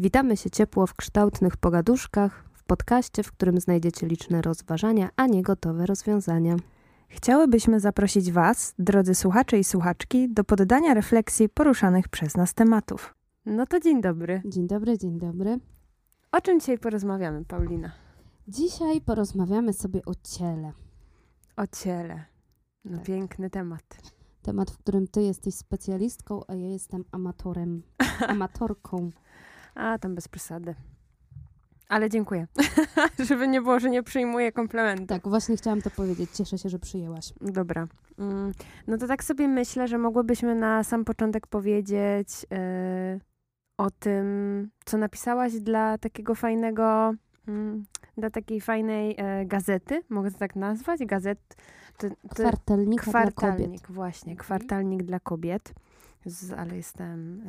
Witamy się ciepło w kształtnych pogaduszkach, w podcaście, w którym znajdziecie liczne rozważania, a nie gotowe rozwiązania. Chciałybyśmy zaprosić Was, drodzy słuchacze i słuchaczki, do poddania refleksji poruszanych przez nas tematów. No to dzień dobry. Dzień dobry, dzień dobry. O czym dzisiaj porozmawiamy, Paulina? Dzisiaj porozmawiamy sobie o ciele. O ciele. No Tak. Piękny temat. Temat, w którym Ty jesteś specjalistką, a ja jestem amatorką. A, tam bez przesady. Ale dziękuję. Żeby nie było, że nie przyjmuję komplementu. Tak, właśnie chciałam to powiedzieć. Cieszę się, że przyjęłaś. Dobra. No to tak sobie myślę, że mogłybyśmy na sam początek powiedzieć o tym, co napisałaś dla takiego fajnego, dla takiej fajnej gazety. Mogę to tak nazwać? Kwartalnika dla kobiet. Właśnie. Kwartalnik dla kobiet. Ale jestem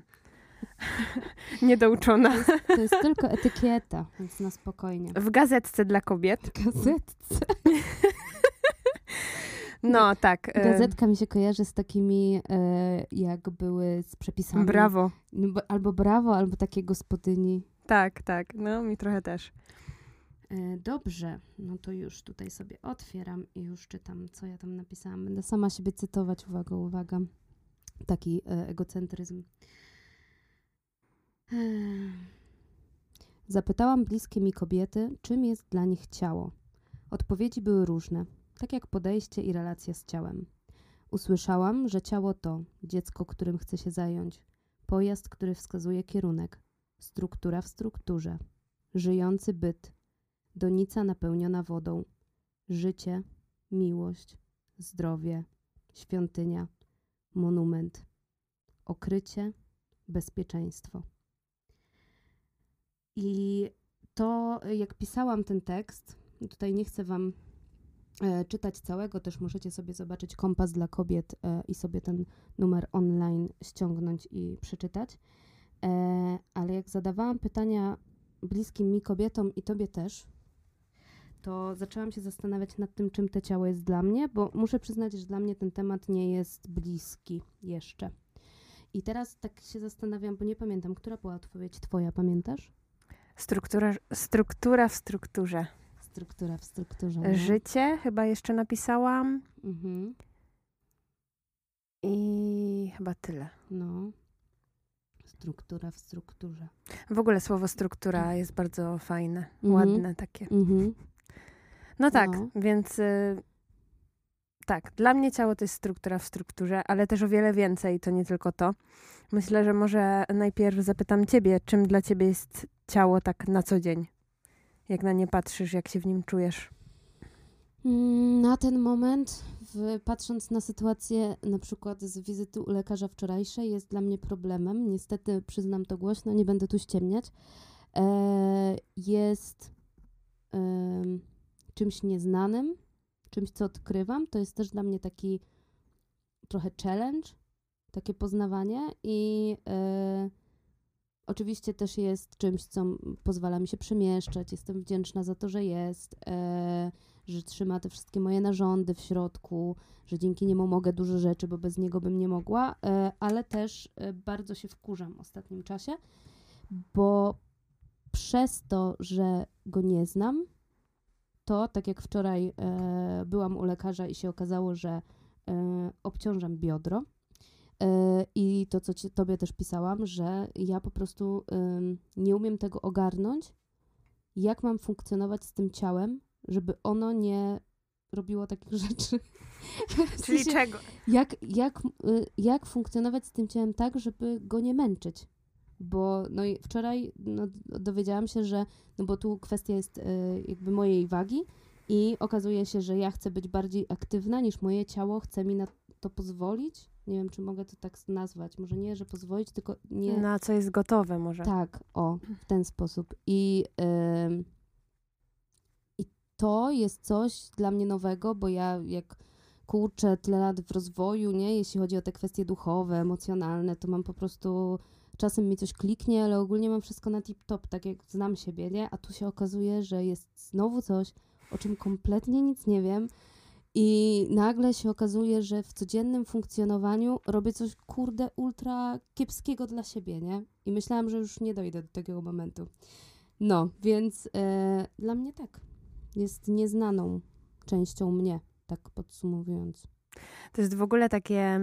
niedouczona. To jest tylko etykieta, więc na spokojnie. W gazetce dla kobiet. W gazetce? No, tak. Gazetka mi się kojarzy z takimi, jak były z przepisami. Brawo. Albo brawo, albo takie gospodyni. Tak. No, mi trochę też. Dobrze, no to już tutaj sobie otwieram i już czytam, co ja tam napisałam. Będę sama siebie cytować, uwaga. Taki egocentryzm. Zapytałam bliskie mi kobiety, czym jest dla nich ciało. Odpowiedzi były różne, tak jak podejście i relacja z ciałem. Usłyszałam, że ciało to dziecko, którym chce się zająć, pojazd, który wskazuje kierunek, struktura w strukturze, żyjący byt, donica napełniona wodą, życie, miłość, zdrowie, świątynia, monument, okrycie, bezpieczeństwo. I to, jak pisałam ten tekst, tutaj nie chcę wam czytać całego, też możecie sobie zobaczyć Kompas dla kobiet i sobie ten numer online ściągnąć i przeczytać. Ale jak zadawałam pytania bliskim mi kobietom i tobie też, to zaczęłam się zastanawiać nad tym, czym to ciało jest dla mnie, bo muszę przyznać, że dla mnie ten temat nie jest bliski jeszcze. I teraz tak się zastanawiam, bo nie pamiętam, która była odpowiedź twoja, pamiętasz? Struktura w strukturze. Struktura w strukturze. No. Życie chyba jeszcze napisałam. Mhm. I chyba tyle. No. Struktura w strukturze. W ogóle słowo struktura jest bardzo fajne. Ładne takie. No tak, więc tak, dla mnie ciało to jest struktura w strukturze, ale też o wiele więcej, to nie tylko to. Myślę, że może najpierw zapytam ciebie, czym dla ciebie jest ciało tak na co dzień? Jak na nie patrzysz, jak się w nim czujesz? Na ten moment, patrząc na sytuację na przykład z wizyty u lekarza wczorajszej, jest dla mnie problemem. Niestety, przyznam to głośno, nie będę tu ściemniać. Jest czymś nieznanym, czymś, co odkrywam. To jest też dla mnie taki trochę challenge, takie poznawanie i oczywiście też jest czymś, co pozwala mi się przemieszczać. Jestem wdzięczna za to, że jest, że trzyma te wszystkie moje narządy w środku, że dzięki niemu mogę dużo rzeczy, bo bez niego bym nie mogła, ale też bardzo się wkurzam w ostatnim czasie, bo przez to, że go nie znam, to tak jak wczoraj byłam u lekarza i się okazało, że obciążam biodro, i to, co tobie też pisałam, że ja po prostu nie umiem tego ogarnąć, jak mam funkcjonować z tym ciałem, żeby ono nie robiło takich rzeczy. Czyli czego? Jak funkcjonować z tym ciałem tak, żeby go nie męczyć? Bo no i wczoraj dowiedziałam się, że, no bo tu kwestia jest jakby mojej wagi i okazuje się, że ja chcę być bardziej aktywna niż moje ciało chce mi na to pozwolić. Nie wiem, czy mogę to tak nazwać. Może nie, że pozwolić, tylko nie... Na co jest gotowe może. Tak, w ten sposób. I to jest coś dla mnie nowego, bo ja jak kurczę tyle lat w rozwoju, nie? Jeśli chodzi o te kwestie duchowe, emocjonalne, to mam po prostu... Czasem mi coś kliknie, ale ogólnie mam wszystko na tip-top, tak jak znam siebie, nie? A tu się okazuje, że jest znowu coś, o czym kompletnie nic nie wiem. I nagle się okazuje, że w codziennym funkcjonowaniu robię coś, kurde, ultra kiepskiego dla siebie, nie? I myślałam, że już nie dojdę do takiego momentu. No, więc dla mnie tak. Jest nieznaną częścią mnie, tak podsumowując. To jest w ogóle takie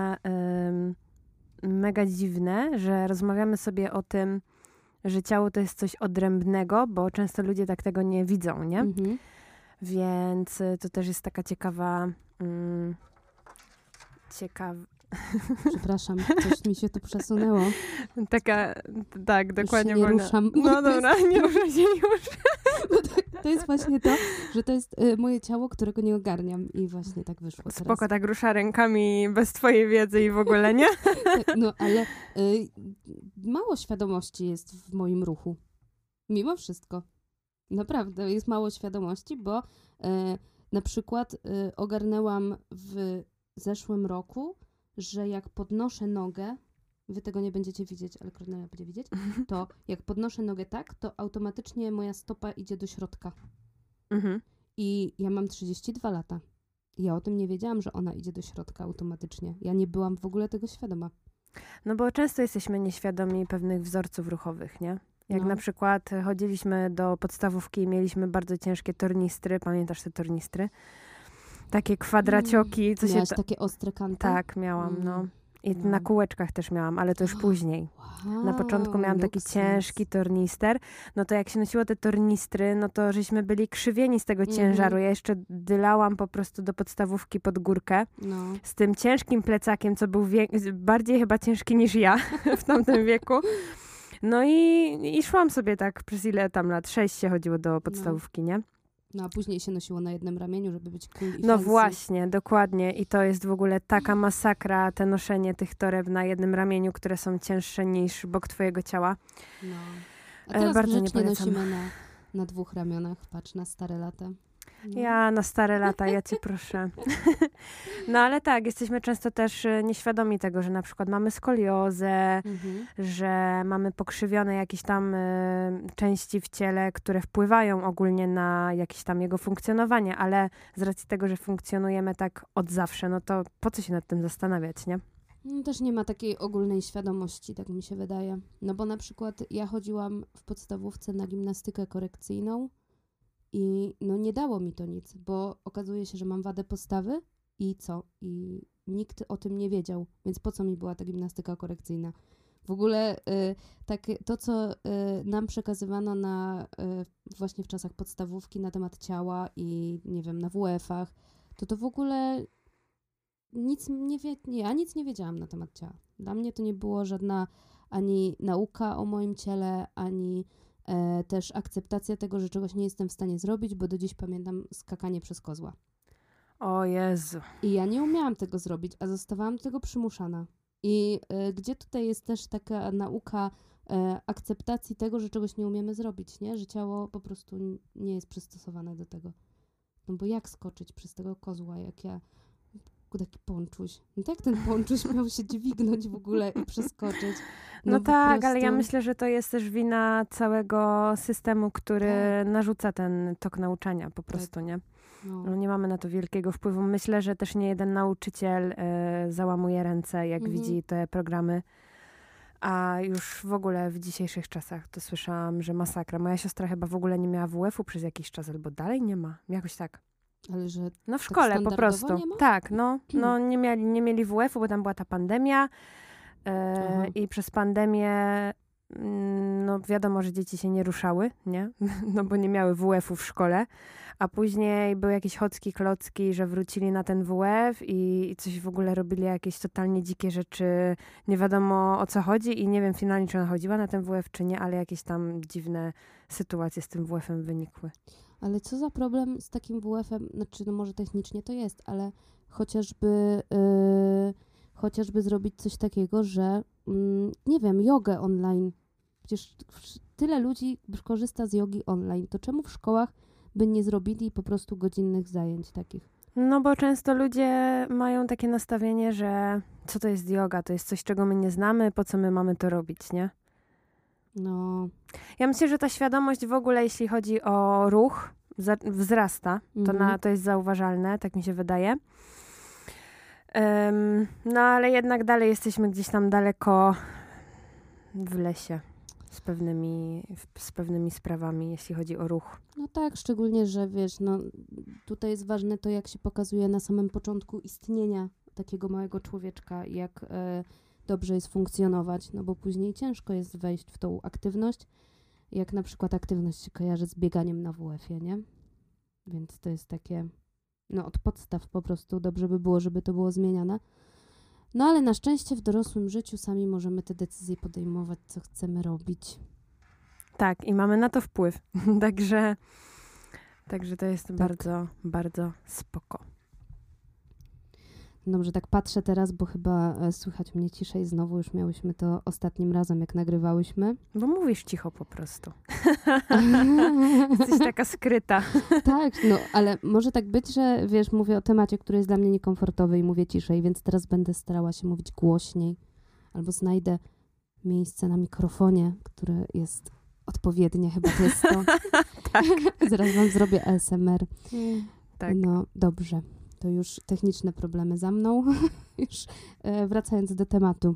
mega dziwne, że rozmawiamy sobie o tym, że ciało to jest coś odrębnego, bo często ludzie tak tego nie widzą, nie? Mhm. Więc to też jest taka ciekawa... Przepraszam, coś mi się tu przesunęło. Tak, dokładnie. Już się nie ruszam. No dobra, nie ruszaj się już. To jest właśnie to, że to jest moje ciało, którego nie ogarniam i właśnie tak wyszło teraz. Spoko, tak rusza rękami bez twojej wiedzy i w ogóle, nie? No, ale mało świadomości jest w moim ruchu. Mimo wszystko. Naprawdę, jest mało świadomości, bo na przykład ogarnęłam w zeszłym roku, że jak podnoszę nogę, wy tego nie będziecie widzieć, ale Kornelia będzie widzieć, to jak podnoszę nogę tak, to automatycznie moja stopa idzie do środka. Mhm. I ja mam 32 lata. Ja o tym nie wiedziałam, że ona idzie do środka automatycznie. Ja nie byłam w ogóle tego świadoma. No bo często jesteśmy nieświadomi pewnych wzorców ruchowych, nie? Jak na przykład chodziliśmy do podstawówki i mieliśmy bardzo ciężkie tornistry. Pamiętasz te tornistry? Takie kwadracioki. Miałaś takie ostre kanty? Tak, miałam, no. I na kółeczkach też miałam, ale to już później. Wow, na początku miałam taki ciężki tornister. No to jak się nosiło te tornistry, no to żeśmy byli krzywieni z tego ciężaru. Ja jeszcze dylałam po prostu do podstawówki pod górkę z tym ciężkim plecakiem, co był bardziej chyba ciężki niż ja w tamtym wieku. No i szłam sobie tak przez ile tam lat? 6 się chodziło do podstawówki, nie? No a później się nosiło na jednym ramieniu, żeby być cool i No fancy. właśnie, dokładnie. I to jest w ogóle taka masakra, te noszenie tych toreb na jednym ramieniu, które są cięższe niż bok twojego ciała. No. A teraz bardzo nie nosimy na 2 ramionach. Patrz, na stare lata. No. Ja na stare lata, ja cię proszę. No ale tak, jesteśmy często też nieświadomi tego, że na przykład mamy skoliozę, że mamy pokrzywione jakieś tam części w ciele, które wpływają ogólnie na jakieś tam jego funkcjonowanie, ale z racji tego, że funkcjonujemy tak od zawsze, no to po co się nad tym zastanawiać, nie? No, też nie ma takiej ogólnej świadomości, tak mi się wydaje. No bo na przykład ja chodziłam w podstawówce na gimnastykę korekcyjną i no nie dało mi to nic, bo okazuje się, że mam wadę postawy i co? I nikt o tym nie wiedział, więc po co mi była ta gimnastyka korekcyjna? W ogóle to, co nam przekazywano właśnie w czasach podstawówki na temat ciała i nie wiem, na WF-ach, to w ogóle ja nic nie wiedziałam na temat ciała. Dla mnie to nie było żadna ani nauka o moim ciele, ani też akceptacja tego, że czegoś nie jestem w stanie zrobić, bo do dziś pamiętam skakanie przez kozła. O Jezu. I ja nie umiałam tego zrobić, a zostawałam do tego przymuszana. I gdzie tutaj jest też taka nauka akceptacji tego, że czegoś nie umiemy zrobić, nie? Że ciało po prostu nie jest przystosowane do tego. No bo jak skoczyć przez tego kozła, jak ja... Taki ponczuś. No tak ten ponczuś miał się dźwignąć w ogóle i przeskoczyć. No tak, ale ja myślę, że to jest też wina całego systemu, który narzuca ten tok nauczania po prostu, nie? No, nie mamy na to wielkiego wpływu. Myślę, że też nie jeden nauczyciel załamuje ręce, jak widzi te programy. A już w ogóle w dzisiejszych czasach to słyszałam, że masakra. Moja siostra chyba w ogóle nie miała WF-u przez jakiś czas, albo dalej nie ma. Jakoś tak. Ale że no w szkole po prostu. Nie ma? Tak, no nie mieli WF-u, bo tam była ta pandemia i przez pandemię no wiadomo, że dzieci się nie ruszały, nie? No bo nie miały WF-u w szkole, a później były jakieś chocki, klocki, że wrócili na ten WF i coś w ogóle robili jakieś totalnie dzikie rzeczy, nie wiadomo o co chodzi i nie wiem finalnie, czy ona chodziła na ten WF, czy nie, ale jakieś tam dziwne sytuacje z tym WF-em wynikły. Ale co za problem z takim WF-em, znaczy no może technicznie to jest, ale chociażby zrobić coś takiego, że nie wiem, jogę online. Przecież tyle ludzi korzysta z jogi online. To czemu w szkołach by nie zrobili po prostu godzinnych zajęć takich? No bo często ludzie mają takie nastawienie, że co to jest joga? To jest coś, czego my nie znamy, po co my mamy to robić, nie? No. Ja myślę, że ta świadomość w ogóle, jeśli chodzi o ruch, wzrasta. To jest zauważalne, tak mi się wydaje. No ale jednak dalej jesteśmy gdzieś tam daleko w lesie z pewnymi sprawami, jeśli chodzi o ruch. No tak, szczególnie, że wiesz, no tutaj jest ważne to, jak się pokazuje na samym początku istnienia takiego małego człowieczka, jak dobrze jest funkcjonować, no bo później ciężko jest wejść w tą aktywność, jak na przykład aktywność się kojarzy z bieganiem na WF-ie, nie? Więc to jest takie, no od podstaw po prostu dobrze by było, żeby to było zmieniane. No ale na szczęście w dorosłym życiu sami możemy te decyzje podejmować, co chcemy robić. Tak, i mamy na to wpływ. Także to jest bardzo, bardzo spoko. Dobrze, tak patrzę teraz, bo chyba słychać mnie ciszej znowu. Już miałyśmy to ostatnim razem, jak nagrywałyśmy. Bo mówisz cicho po prostu. Jesteś taka skryta. Tak, no ale może tak być, że wiesz, mówię o temacie, który jest dla mnie niekomfortowy i mówię ciszej, więc teraz będę starała się mówić głośniej. Albo znajdę miejsce na mikrofonie, które jest odpowiednie. Chyba to jest to. Tak. Zaraz wam zrobię ASMR. Tak. No dobrze. To już techniczne problemy za mną. Już wracając do tematu.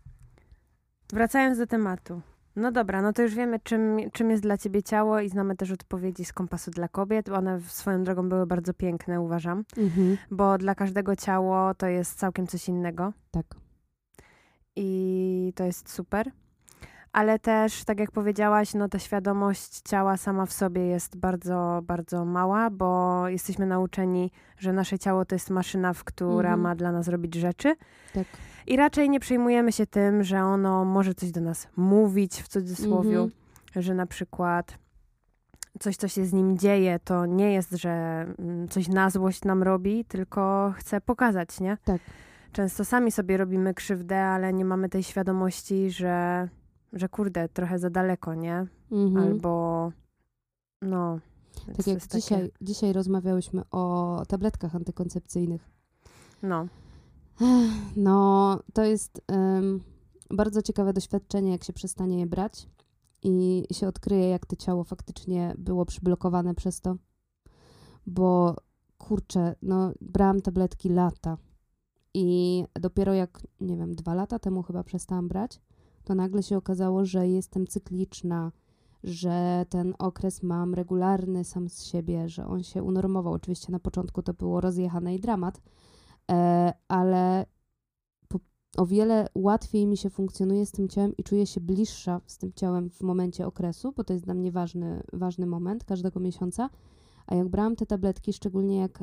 No dobra, no to już wiemy, czym jest dla ciebie ciało i znamy też odpowiedzi z Kompasu dla kobiet. One swoją drogą były bardzo piękne, uważam. Bo dla każdego ciało to jest całkiem coś innego. Tak. I to jest super. Ale też, tak jak powiedziałaś, no ta świadomość ciała sama w sobie jest bardzo, bardzo mała, bo jesteśmy nauczeni, że nasze ciało to jest maszyna, która ma dla nas robić rzeczy. Tak. I raczej nie przejmujemy się tym, że ono może coś do nas mówić, w cudzysłowie, że na przykład coś, co się z nim dzieje, to nie jest, że coś na złość nam robi, tylko chce pokazać, nie? Tak. Często sami sobie robimy krzywdę, ale nie mamy tej świadomości, że kurde, trochę za daleko, nie? Albo no. Tak jak dzisiaj rozmawiałyśmy o tabletkach antykoncepcyjnych. No, to jest bardzo ciekawe doświadczenie, jak się przestanie je brać i się odkryje, jak to ciało faktycznie było przyblokowane przez to. Bo kurczę, no brałam tabletki lata i dopiero jak, nie wiem, 2 lata temu chyba przestałam brać, to nagle się okazało, że jestem cykliczna, że ten okres mam regularny sam z siebie, że on się unormował. Oczywiście na początku to było rozjechane i dramat, ale o wiele łatwiej mi się funkcjonuje z tym ciałem i czuję się bliższa z tym ciałem w momencie okresu, bo to jest dla mnie ważny moment każdego miesiąca. A jak brałam te tabletki, szczególnie jak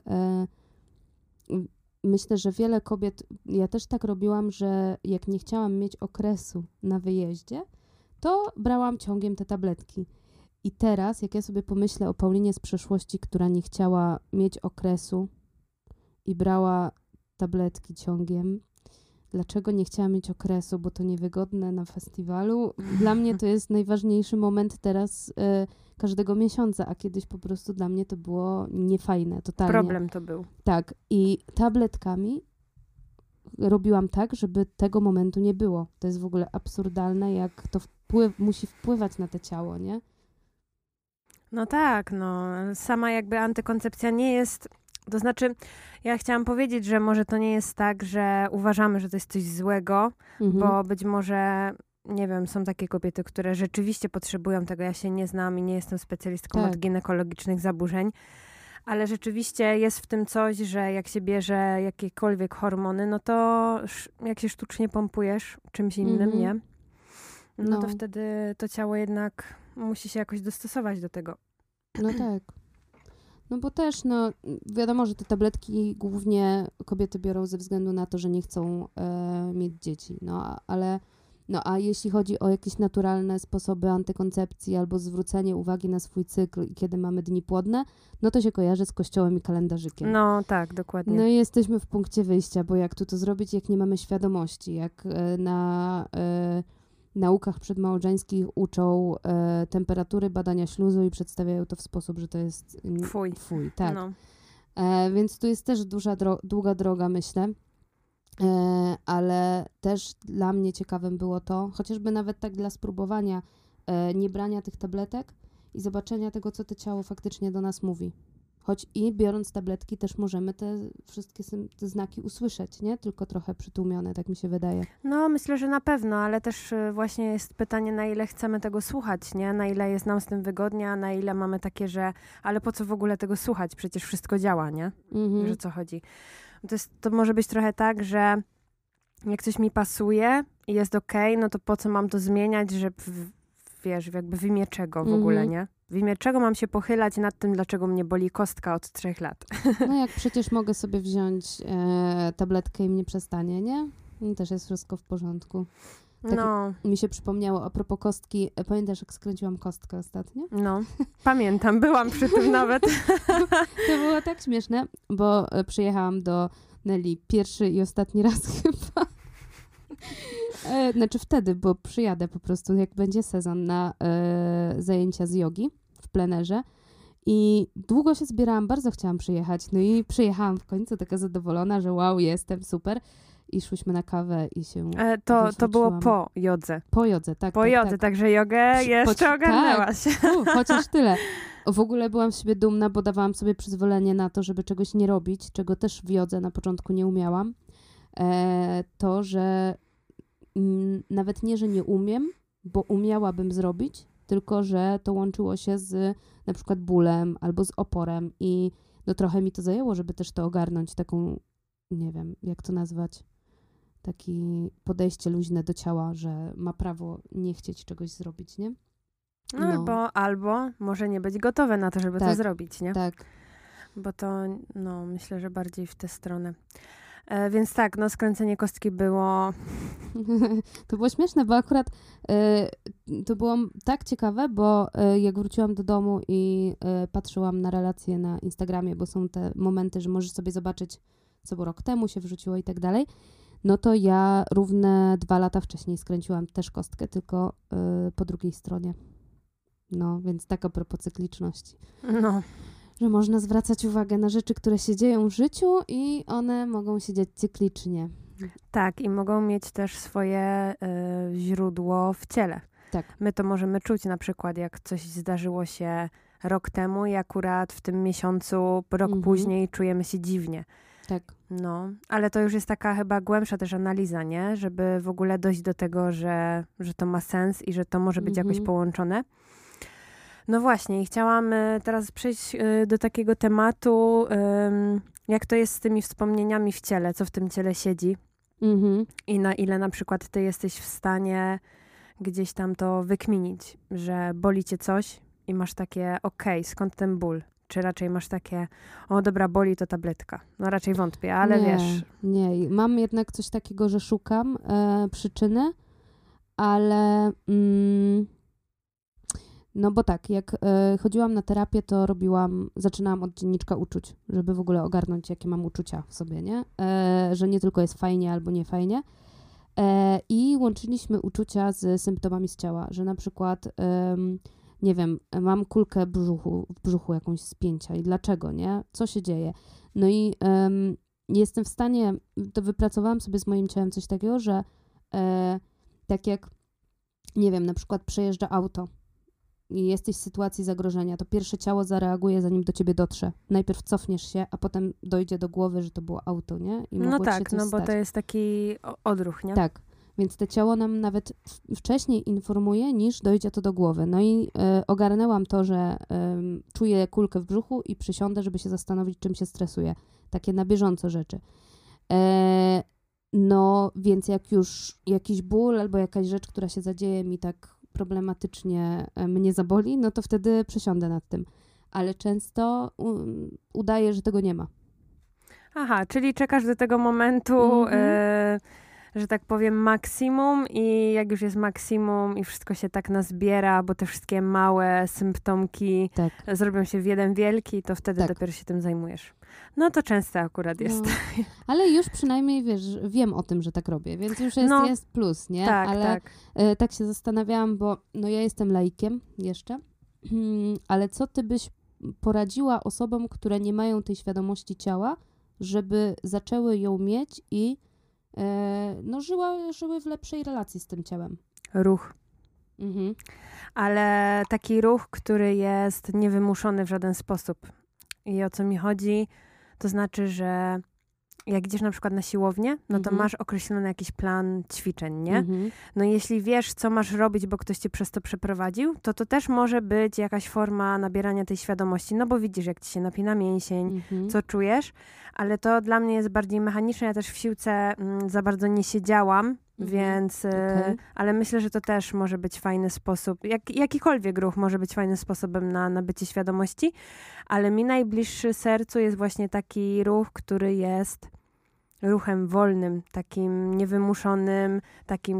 myślę, że wiele kobiet, ja też tak robiłam, że jak nie chciałam mieć okresu na wyjeździe, to brałam ciągiem te tabletki. I teraz, jak ja sobie pomyślę o Paulinie z przeszłości, która nie chciała mieć okresu i brała tabletki ciągiem, dlaczego nie chciała mieć okresu, bo to niewygodne na festiwalu. Dla mnie to jest najważniejszy moment teraz każdego miesiąca, a kiedyś po prostu dla mnie to było niefajne, totalnie. Problem to był. Tak, i tabletkami robiłam tak, żeby tego momentu nie było. To jest w ogóle absurdalne, jak to musi wpływać na to ciało, nie? No tak, no. Sama jakby antykoncepcja nie jest... To znaczy, ja chciałam powiedzieć, że może to nie jest tak, że uważamy, że to jest coś złego, bo być może, nie wiem, są takie kobiety, które rzeczywiście potrzebują tego. Ja się nie znam i nie jestem specjalistką od ginekologicznych zaburzeń, ale rzeczywiście jest w tym coś, że jak się bierze jakiekolwiek hormony, no to jak się sztucznie pompujesz czymś innym, nie? No to wtedy to ciało jednak musi się jakoś dostosować do tego. No tak. No bo też, no wiadomo, że te tabletki głównie kobiety biorą ze względu na to, że nie chcą mieć dzieci. A jeśli chodzi o jakieś naturalne sposoby antykoncepcji albo zwrócenie uwagi na swój cykl i kiedy mamy dni płodne, no to się kojarzy z kościołem i kalendarzykiem. No tak, dokładnie. No i jesteśmy w punkcie wyjścia, bo jak tu to zrobić, jak nie mamy świadomości, jak na naukach przedmałżeńskich uczą temperatury, badania śluzu i przedstawiają to w sposób, że to jest fuj, tak. No. Więc tu jest też długa droga, myślę. Ale też dla mnie ciekawym było to, chociażby nawet tak dla spróbowania nie brania tych tabletek i zobaczenia tego, co to ciało faktycznie do nas mówi. Choć i biorąc tabletki też możemy te wszystkie te znaki usłyszeć, nie? Tylko trochę przytłumione, tak mi się wydaje. No, myślę, że na pewno, ale też właśnie jest pytanie, na ile chcemy tego słuchać, nie? Na ile jest nam z tym wygodnie, a na ile mamy takie, że ale po co w ogóle tego słuchać? Przecież wszystko działa, nie? Wiesz, o co chodzi. To może być trochę tak, że jak coś mi pasuje i jest okej, no to po co mam to zmieniać, że wiesz, jakby w imię czego w ogóle, nie? W imię czego mam się pochylać nad tym, dlaczego mnie boli kostka od 3 lat. No jak przecież mogę sobie wziąć tabletkę i mnie przestanie, nie? I też jest wszystko w porządku. Tak mi się przypomniało a propos kostki. Pamiętasz, jak skręciłam kostkę ostatnio? No, pamiętam. Byłam przy tym nawet. To było tak śmieszne, bo przyjechałam do Nelly pierwszy i ostatni raz chyba. Znaczy wtedy, bo przyjadę po prostu, jak będzie sezon na zajęcia z jogi w plenerze. I długo się zbierałam, bardzo chciałam przyjechać. No i przyjechałam w końcu taka zadowolona, że wow, jestem, super. I szłyśmy na kawę i się to było po jodze. Po jodze, tak. Po jodze, także jogę jeszcze ogarnęłaś. Tak. Chociaż tyle. W ogóle byłam z siebie dumna, bo dawałam sobie przyzwolenie na to, żeby czegoś nie robić, czego też w jodze na początku nie umiałam. To, że nawet nie, że nie umiem, bo umiałabym zrobić, tylko że to łączyło się z na przykład bólem albo z oporem i no trochę mi to zajęło, żeby też to ogarnąć, taką, nie wiem, jak to nazwać, takie podejście luźne do ciała, że ma prawo nie chcieć czegoś zrobić, nie? No. Albo może nie być gotowe na to, żeby to zrobić, nie? Tak. Bo to, myślę, że bardziej w tę stronę. Więc tak, skręcenie kostki było... To było śmieszne, bo akurat to było tak ciekawe, bo jak wróciłam do domu i patrzyłam na relacje na Instagramie, bo są te momenty, że możesz sobie zobaczyć, co było rok temu, się wrzuciło i tak dalej, no to ja równe 2 lata wcześniej skręciłam też kostkę, tylko po drugiej stronie. No, więc tak a propos cykliczności. No. Że można zwracać uwagę na rzeczy, które się dzieją w życiu i one mogą się dziać cyklicznie. Tak, i mogą mieć też swoje źródło w ciele. Tak. My to możemy czuć na przykład, jak coś zdarzyło się rok temu i akurat w tym miesiącu, rok później czujemy się dziwnie. Tak. No, ale to już jest taka chyba głębsza też analiza, nie? Żeby w ogóle dojść do tego, że to ma sens i że to może być jakoś połączone. No właśnie, i chciałam teraz przejść do takiego tematu, jak to jest z tymi wspomnieniami w ciele, co w tym ciele siedzi i na ile na przykład ty jesteś w stanie gdzieś tam to wykminić, że boli cię coś i masz takie, skąd ten ból? Czy raczej masz takie, dobra, boli, to tabletka. No raczej wątpię, ale wiesz. Nie, mam jednak coś takiego, że szukam przyczyny, ale... No bo tak, jak chodziłam na terapię, to zaczynałam od dzienniczka uczuć, żeby w ogóle ogarnąć, jakie mam uczucia w sobie, nie? Że nie tylko jest fajnie albo nie fajnie. I łączyliśmy uczucia z symptomami z ciała, że na przykład, nie wiem, mam kulkę w brzuchu jakąś spięcia i dlaczego, nie? Co się dzieje? No i jestem w stanie, to wypracowałam sobie z moim ciałem coś takiego, że tak jak, nie wiem, na przykład przejeżdża auto, i jesteś w sytuacji zagrożenia, to pierwsze ciało zareaguje, zanim do ciebie dotrze. Najpierw cofniesz się, a potem dojdzie do głowy, że to było auto, nie? I no tak, no bo to jest taki odruch, nie? Tak, więc to ciało nam nawet wcześniej informuje, niż dojdzie to do głowy. No i ogarnęłam to, że czuję kulkę w brzuchu i przysiądę, żeby się zastanowić, czym się stresuję. Takie na bieżąco rzeczy. No, więc jak już jakiś ból albo jakaś rzecz, która się zadzieje mi tak problematycznie mnie zaboli, no to wtedy przesiądę nad tym. Ale często udaję, że tego nie ma. Aha, czyli czekasz do tego momentu, że tak powiem, maksimum i jak już jest maksimum i wszystko się tak nazbiera, bo te wszystkie małe symptomki zrobią się w jeden wielki, to wtedy dopiero się tym zajmujesz. No to często akurat jest. No. Ale już przynajmniej, wiesz, wiem o tym, że tak robię, więc już jest plus, nie? Tak, ale tak się zastanawiałam, bo ja jestem laikiem jeszcze, ale co ty byś poradziła osobom, które nie mają tej świadomości ciała, żeby zaczęły ją mieć i żyły w lepszej relacji z tym ciałem? Ruch. Ale taki ruch, który jest niewymuszony w żaden sposób. I o co mi chodzi, to znaczy, że jak idziesz na przykład na siłownię, no to masz określony jakiś plan ćwiczeń, nie? No i jeśli wiesz, co masz robić, bo ktoś cię przez to przeprowadził, to też może być jakaś forma nabierania tej świadomości, no bo widzisz, jak ci się napina mięsień, co czujesz, ale to dla mnie jest bardziej mechaniczne. Ja też w siłce za bardzo nie siedziałam, więc, ale myślę, że to też może być fajny sposób, jakikolwiek ruch może być fajnym sposobem na nabycie świadomości, ale mi najbliższy sercu jest właśnie taki ruch, który jest ruchem wolnym, takim niewymuszonym, takim,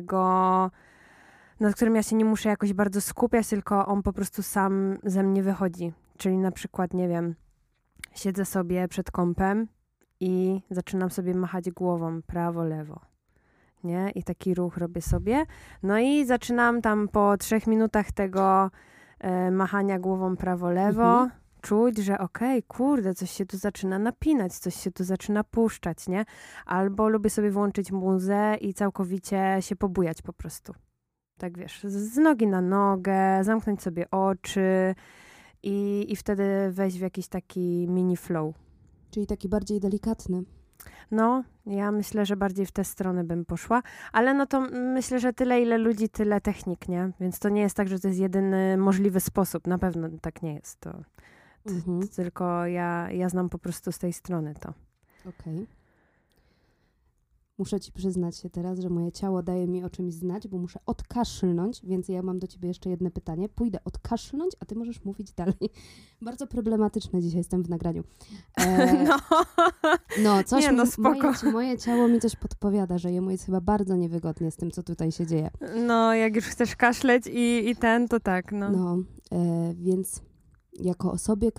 nad którym ja się nie muszę jakoś bardzo skupiać, tylko on po prostu sam ze mnie wychodzi. Czyli na przykład, nie wiem, siedzę sobie przed kompem i zaczynam sobie machać głową prawo, lewo. Nie? I taki ruch robię sobie. No i zaczynam tam po 3 minutach tego machania głową prawo, lewo czuć, że kurde, coś się tu zaczyna napinać, coś się tu zaczyna puszczać, nie? Albo lubię sobie włączyć muzę i całkowicie się pobujać po prostu. Tak wiesz, z nogi na nogę, zamknąć sobie oczy i wtedy wejść w jakiś taki mini flow. Czyli taki bardziej delikatny. No, ja myślę, że bardziej w tę stronę bym poszła, ale no to myślę, że tyle, ile ludzi, tyle technik, nie? Więc to nie jest tak, że to jest jedyny możliwy sposób. Na pewno tak nie jest. To tylko ja znam po prostu z tej strony to. Okej. Muszę ci przyznać się teraz, że moje ciało daje mi o czymś znać, bo muszę odkaszlnąć, więc ja mam do ciebie jeszcze jedno pytanie. Pójdę odkaszlnąć, a ty możesz mówić dalej. Bardzo problematyczne dzisiaj jestem w nagraniu. Coś nie, spoko. Moje ciało mi coś podpowiada, że jemu jest chyba bardzo niewygodnie z tym, co tutaj się dzieje. No, jak już chcesz kaszleć i to tak, no. Więc jako osobie,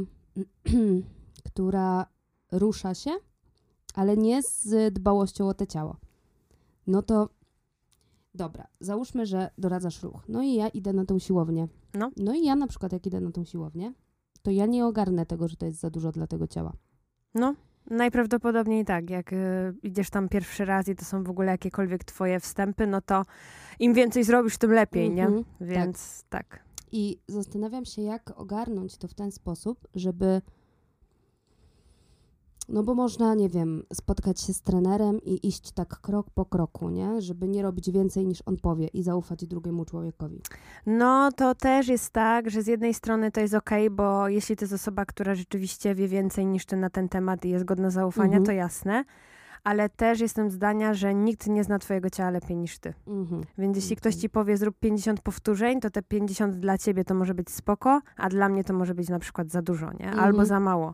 która rusza się, ale nie z dbałością o te ciało. No to dobra, załóżmy, że doradzasz ruch. No i ja idę na tą siłownię. No i ja na przykład jak idę na tą siłownię, to ja nie ogarnę tego, że to jest za dużo dla tego ciała. No, najprawdopodobniej tak. Jak idziesz tam pierwszy raz i to są w ogóle jakiekolwiek twoje wstępy, no to im więcej zrobisz, tym lepiej, nie? Więc tak. I zastanawiam się, jak ogarnąć to w ten sposób, żeby... No bo można, nie wiem, spotkać się z trenerem i iść tak krok po kroku, nie? Żeby nie robić więcej niż on powie i zaufać drugiemu człowiekowi. No to też jest tak, że z jednej strony to jest okej, bo jeśli to jest osoba, która rzeczywiście wie więcej niż ty na ten temat i jest godna zaufania, to jasne. Ale też jestem zdania, że nikt nie zna twojego ciała lepiej niż ty. Więc jeśli ktoś ci powie zrób 50 powtórzeń, to te 50 dla ciebie to może być spoko, a dla mnie to może być na przykład za dużo, nie? Albo za mało.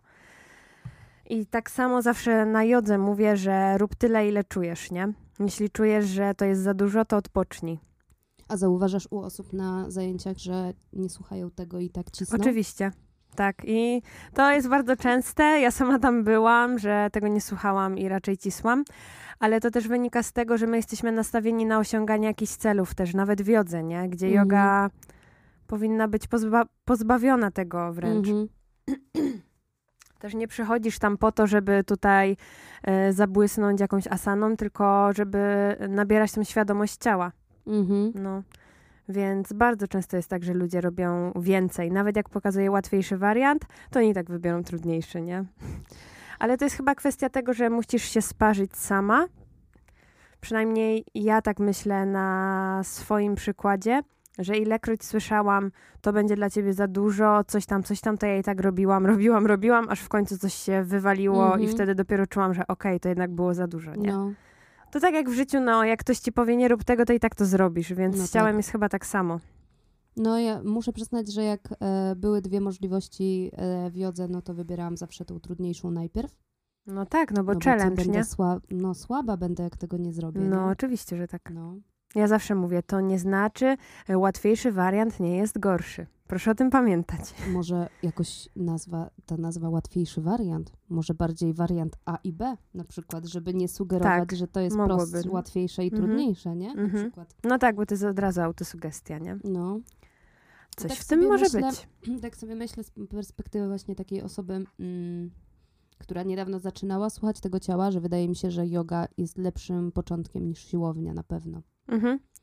I tak samo zawsze na jodze mówię, że rób tyle, ile czujesz, nie? Jeśli czujesz, że to jest za dużo, to odpocznij. A zauważasz u osób na zajęciach, że nie słuchają tego i tak cisną? Oczywiście, tak. I to jest bardzo częste. Ja sama tam byłam, że tego nie słuchałam i raczej cisłam. Ale to też wynika z tego, że my jesteśmy nastawieni na osiąganie jakichś celów też, nawet w jodze, nie? Gdzie joga powinna być pozbawiona tego wręcz. Też nie przychodzisz tam po to, żeby tutaj zabłysnąć jakąś asaną, tylko żeby nabierać tą świadomość ciała. No. Więc bardzo często jest tak, że ludzie robią więcej. Nawet jak pokazuje łatwiejszy wariant, to oni tak wybiorą trudniejszy, nie? Ale to jest chyba kwestia tego, że musisz się sparzyć sama. Przynajmniej ja tak myślę na swoim przykładzie, że ilekroć słyszałam, to będzie dla ciebie za dużo, coś tam, to ja i tak robiłam, aż w końcu coś się wywaliło i wtedy dopiero czułam, że okej, to jednak było za dużo, nie? No. To tak jak w życiu, no, jak ktoś ci powie, nie rób tego, to i tak to zrobisz, więc z ciałem jest chyba tak samo. No ja muszę przyznać, że jak były dwie możliwości w jodze, no to wybierałam zawsze tą trudniejszą najpierw. No tak, no bo challenge, nie? Słaba będę, jak tego nie zrobię. No nie? oczywiście, że tak. No. Ja zawsze mówię, to nie znaczy, łatwiejszy wariant nie jest gorszy. Proszę o tym pamiętać. Może jakoś ta nazwa łatwiejszy wariant, może bardziej wariant A i B na przykład, żeby nie sugerować, że to jest łatwiejsze i trudniejsze, nie? Na przykład. No tak, bo to jest od razu autosugestia, nie? No. Coś tak w tym może być. Tak sobie myślę z perspektywy właśnie takiej osoby, która niedawno zaczynała słuchać tego ciała, że wydaje mi się, że joga jest lepszym początkiem niż siłownia na pewno.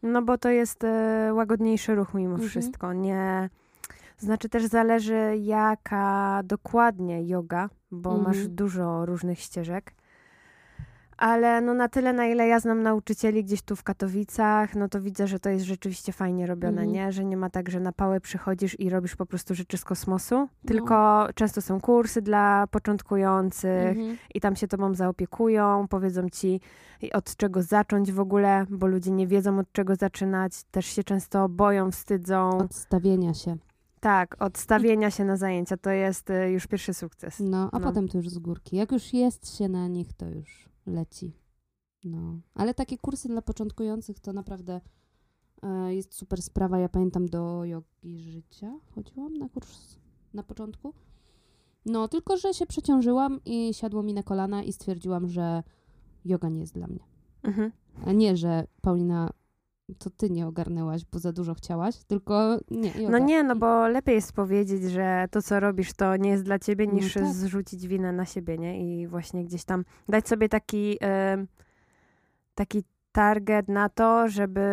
No bo to jest łagodniejszy ruch mimo wszystko. Nie... Znaczy też zależy jaka dokładnie joga, bo masz dużo różnych ścieżek. Ale no na tyle, na ile ja znam nauczycieli gdzieś tu w Katowicach, no to widzę, że to jest rzeczywiście fajnie robione, nie? Że nie ma tak, że na pałę przychodzisz i robisz po prostu rzeczy z kosmosu, tylko często są kursy dla początkujących i tam się tobą zaopiekują, powiedzą ci od czego zacząć w ogóle, bo ludzie nie wiedzą od czego zaczynać, też się często boją, wstydzą. Odstawienia się. Tak, odstawienia się na zajęcia, to jest już pierwszy sukces. No, a potem to już z górki. Jak już jest się na nich, to już leci. No. Ale takie kursy dla początkujących to naprawdę jest super sprawa. Ja pamiętam do jogi życia chodziłam na kurs na początku. No, tylko że się przeciążyłam i siadło mi na kolana i stwierdziłam, że joga nie jest dla mnie. A nie, że Paulina, to ty nie ogarnęłaś, bo za dużo chciałaś, tylko nie, joga. No nie, no bo lepiej jest powiedzieć, że to, co robisz, to nie jest dla ciebie, niż zrzucić winę na siebie, nie? I właśnie gdzieś tam dać sobie taki target na to, żeby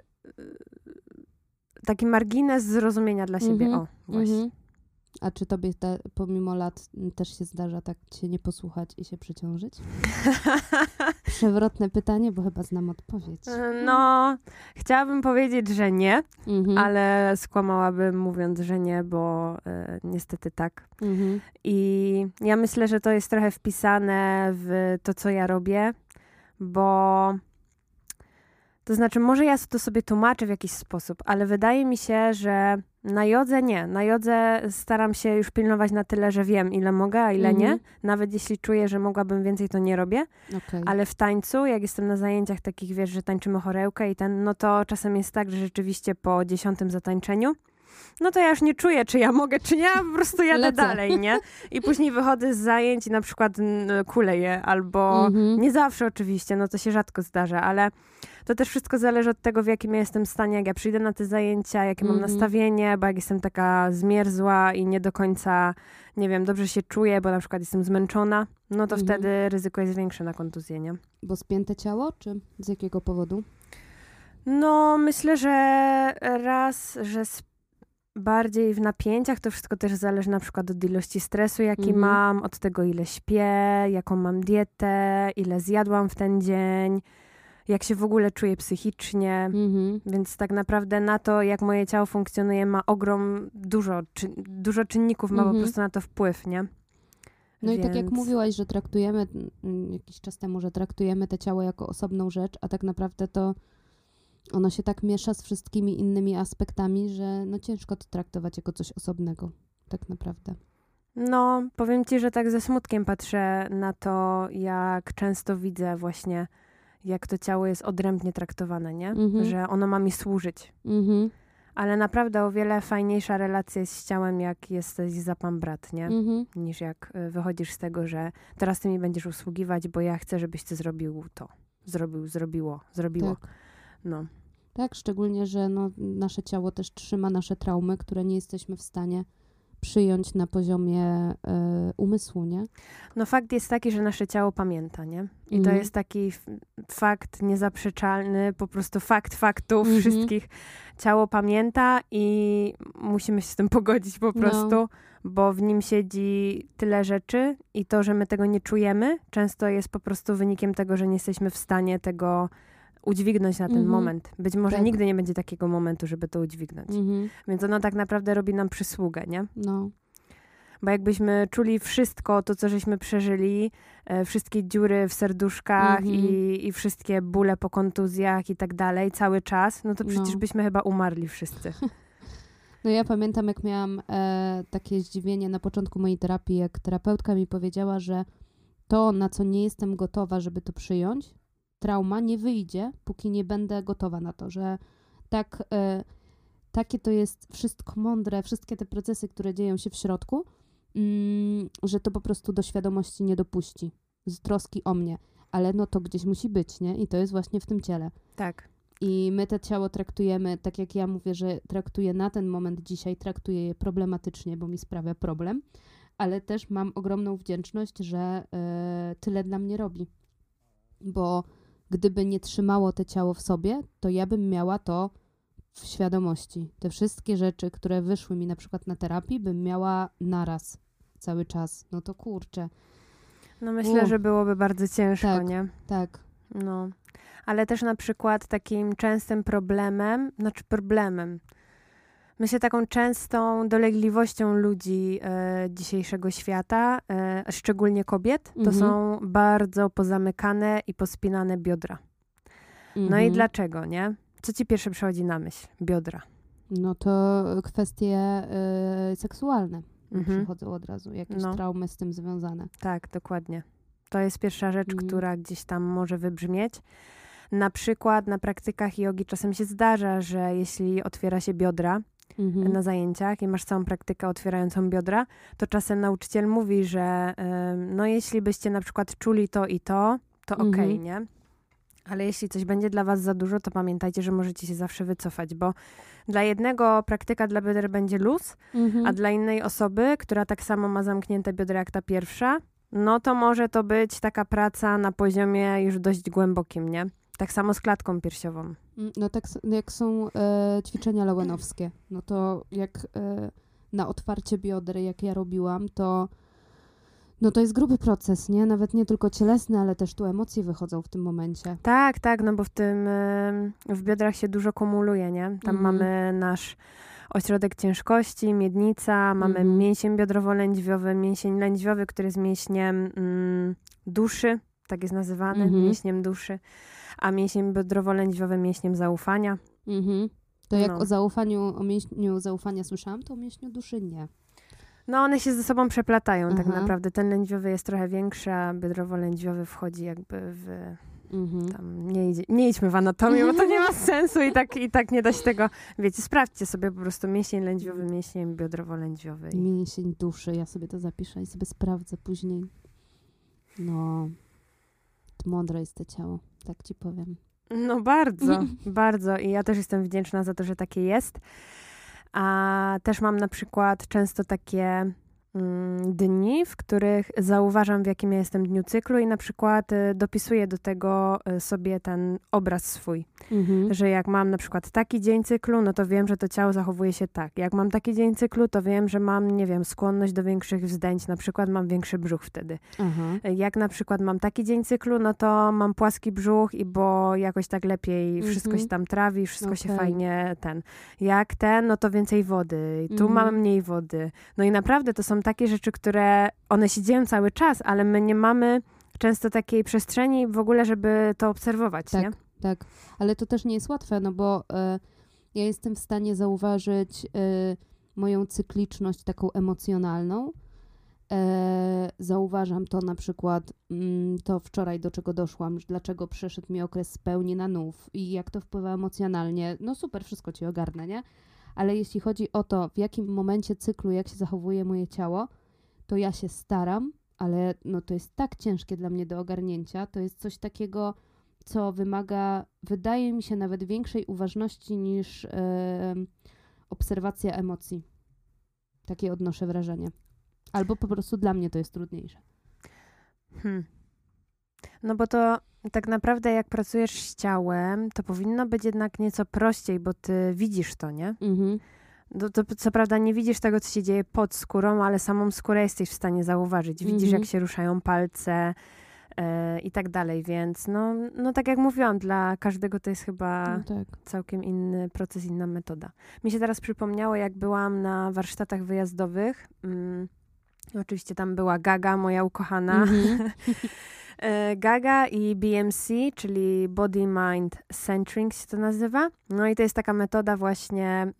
taki margines zrozumienia dla siebie. O, właśnie. A czy tobie pomimo lat też się zdarza tak cię nie posłuchać i się przeciążyć? Przewrotne pytanie, bo chyba znam odpowiedź. No, chciałabym powiedzieć, że nie, ale skłamałabym mówiąc, że nie, bo niestety tak. I ja myślę, że to jest trochę wpisane w to, co ja robię, bo to znaczy, może ja to sobie tłumaczę w jakiś sposób, ale wydaje mi się, że na jodze nie. Na jodze staram się już pilnować na tyle, że wiem, ile mogę, a ile nie. Nawet jeśli czuję, że mogłabym więcej, to nie robię. Ale w tańcu, jak jestem na zajęciach takich, wiesz, że tańczymy chorełkę no to czasem jest tak, że rzeczywiście po 10. zatańczeniu no to ja już nie czuję, czy ja mogę, czy nie, a po prostu jadę dalej, nie? I później wychodzę z zajęć i na przykład kuleję, albo nie zawsze oczywiście, no to się rzadko zdarza, ale to też wszystko zależy od tego, w jakim ja jestem stanie, jak ja przyjdę na te zajęcia, jakie mam nastawienie, bo jak jestem taka zmierzła i nie do końca, nie wiem, dobrze się czuję, bo na przykład jestem zmęczona, no to wtedy ryzyko jest większe na kontuzję, nie? Bo spięte ciało, czy z jakiego powodu? No, myślę, że raz, że bardziej w napięciach, to wszystko też zależy na przykład od ilości stresu, jaki mam, od tego, ile śpię, jaką mam dietę, ile zjadłam w ten dzień, jak się w ogóle czuję psychicznie, więc tak naprawdę na to, jak moje ciało funkcjonuje, ma dużo czynników, ma po prostu na to wpływ, nie? No i tak jak mówiłaś, że traktujemy jakiś czas temu, że traktujemy to ciało jako osobną rzecz, a tak naprawdę to ono się tak miesza z wszystkimi innymi aspektami, że no ciężko to traktować jako coś osobnego, tak naprawdę. No, powiem ci, że tak ze smutkiem patrzę na to, jak często widzę właśnie, jak to ciało jest odrębnie traktowane, nie? Że ono ma mi służyć. Ale naprawdę o wiele fajniejsza relacja jest z ciałem, jak jesteś za pan brat, nie? Niż jak wychodzisz z tego, że teraz ty mi będziesz usługiwać, bo ja chcę, żebyś ty zrobił to. Zrobiło. Tak. No. Tak, szczególnie, że no, nasze ciało też trzyma nasze traumy, które nie jesteśmy w stanie przyjąć na poziomie umysłu, nie? No fakt jest taki, że nasze ciało pamięta, nie? I to jest taki fakt niezaprzeczalny, po prostu fakt faktów wszystkich. Ciało pamięta i musimy się z tym pogodzić po prostu, bo w nim siedzi tyle rzeczy i to, że my tego nie czujemy, często jest po prostu wynikiem tego, że nie jesteśmy w stanie tego udźwignąć na ten moment. Być może nigdy nie będzie takiego momentu, żeby to udźwignąć. Więc ono tak naprawdę robi nam przysługę, nie? No. Bo jakbyśmy czuli wszystko to, co żeśmy przeżyli, wszystkie dziury w serduszkach i wszystkie bóle po kontuzjach i tak dalej, cały czas, no to przecież byśmy chyba umarli wszyscy. No ja pamiętam, jak miałam takie zdziwienie na początku mojej terapii, jak terapeutka mi powiedziała, że to, na co nie jestem gotowa, żeby to przyjąć, trauma nie wyjdzie, póki nie będę gotowa na to, że takie to jest wszystko mądre, wszystkie te procesy, które dzieją się w środku, że to po prostu do świadomości nie dopuści, z troski o mnie, ale no to gdzieś musi być, nie? I to jest właśnie w tym ciele. Tak. I my to ciało traktujemy, tak jak ja mówię, że traktuję na ten moment dzisiaj, traktuję je problematycznie, bo mi sprawia problem, ale też mam ogromną wdzięczność, że tyle dla mnie robi, bo gdyby nie trzymało to ciało w sobie, to ja bym miała to w świadomości. Te wszystkie rzeczy, które wyszły mi na przykład na terapii, bym miała naraz, cały czas. No to kurczę. No myślę, że byłoby bardzo ciężko, tak, nie? Tak. No. Ale też na przykład takim częstym problemem, myślę taką częstą dolegliwością ludzi dzisiejszego świata, szczególnie kobiet, to są bardzo pozamykane i pospinane biodra. No i dlaczego, nie? Co ci pierwsze przychodzi na myśl? Biodra. No to kwestie seksualne przychodzą od razu. Jakieś traumy z tym związane. Tak, dokładnie. To jest pierwsza rzecz, która gdzieś tam może wybrzmieć. Na przykład na praktykach jogi czasem się zdarza, że jeśli otwiera się biodra na zajęciach i masz całą praktykę otwierającą biodra, to czasem nauczyciel mówi, że no jeśli byście na przykład czuli to i to okej, nie? Ale jeśli coś będzie dla was za dużo, to pamiętajcie, że możecie się zawsze wycofać, bo dla jednego praktyka dla bioder będzie luz, a dla innej osoby, która tak samo ma zamknięte biodra jak ta pierwsza, no to może to być taka praca na poziomie już dość głębokim, nie? Tak samo z klatką piersiową. No tak jak są ćwiczenia Lowenowskie, no to jak na otwarcie bioder, jak ja robiłam, to no to jest gruby proces, nie? Nawet nie tylko cielesny, ale też tu emocje wychodzą w tym momencie. Tak, no bo w biodrach się dużo kumuluje, nie? Tam mamy nasz ośrodek ciężkości, miednica, mamy mięsień biodrowo-lędźwiowy, mięsień lędźwiowy, który jest mięśniem duszy, tak jest nazywany, mięśniem duszy, a mięsień biodrowo-lędźwiowy mięśniem zaufania. To jak o mięśniu zaufania słyszałam, to o mięśniu duszy nie. No one się ze sobą przeplatają tak naprawdę. Ten lędźwiowy jest trochę większy, a biodrowo-lędźwiowy wchodzi jakby w... Tam nie idźmy w anatomię, bo to nie ma sensu i tak nie da się tego... Wiecie, sprawdźcie sobie po prostu mięsień lędźwiowy, mięsień biodrowo-lędźwiowy. Mięsień duszy, ja sobie to zapiszę i sobie sprawdzę później. No, mądre jest to ciało, tak ci powiem. No bardzo, bardzo i ja też jestem wdzięczna za to, że takie jest. A też mam na przykład często takie dni, w których zauważam, w jakim ja jestem dniu cyklu i na przykład dopisuję do tego sobie ten obraz swój. Że jak mam na przykład taki dzień cyklu, no to wiem, że to ciało zachowuje się tak. Jak mam taki dzień cyklu, to wiem, że mam, nie wiem, skłonność do większych wzdęć, na przykład mam większy brzuch wtedy. Jak na przykład mam taki dzień cyklu, no to mam płaski brzuch bo jakoś tak lepiej wszystko się tam trawi, wszystko się fajnie no to więcej wody. Tu mamy mniej wody. No i naprawdę to są takie rzeczy, które one się dzieją cały czas, ale my nie mamy często takiej przestrzeni w ogóle, żeby to obserwować, tak, nie? Tak, ale to też nie jest łatwe, no bo ja jestem w stanie zauważyć moją cykliczność taką emocjonalną. Zauważam to na przykład, to wczoraj do czego doszłam, dlaczego przeszedł mi okres spełni na nów i jak to wpływa emocjonalnie. No super, wszystko ci ogarnę, nie? Ale jeśli chodzi o to, w jakim momencie cyklu, jak się zachowuje moje ciało, to ja się staram, ale no to jest tak ciężkie dla mnie do ogarnięcia. To jest coś takiego, co wymaga, wydaje mi się, nawet większej uważności niż obserwacja emocji. Takie odnoszę wrażenie. Albo po prostu dla mnie to jest trudniejsze. No bo to tak naprawdę jak pracujesz z ciałem, to powinno być jednak nieco prościej, bo ty widzisz to, nie? To co prawda nie widzisz tego, co się dzieje pod skórą, ale samą skórę jesteś w stanie zauważyć. Widzisz, jak się ruszają palce i tak dalej, więc no tak jak mówiłam, dla każdego to jest chyba całkiem inny proces, inna metoda. Mi się teraz przypomniało, jak byłam na warsztatach wyjazdowych. Oczywiście tam była Gaga, moja ukochana. Gaga i BMC, czyli Body Mind Centering się to nazywa. No i to jest taka metoda właśnie,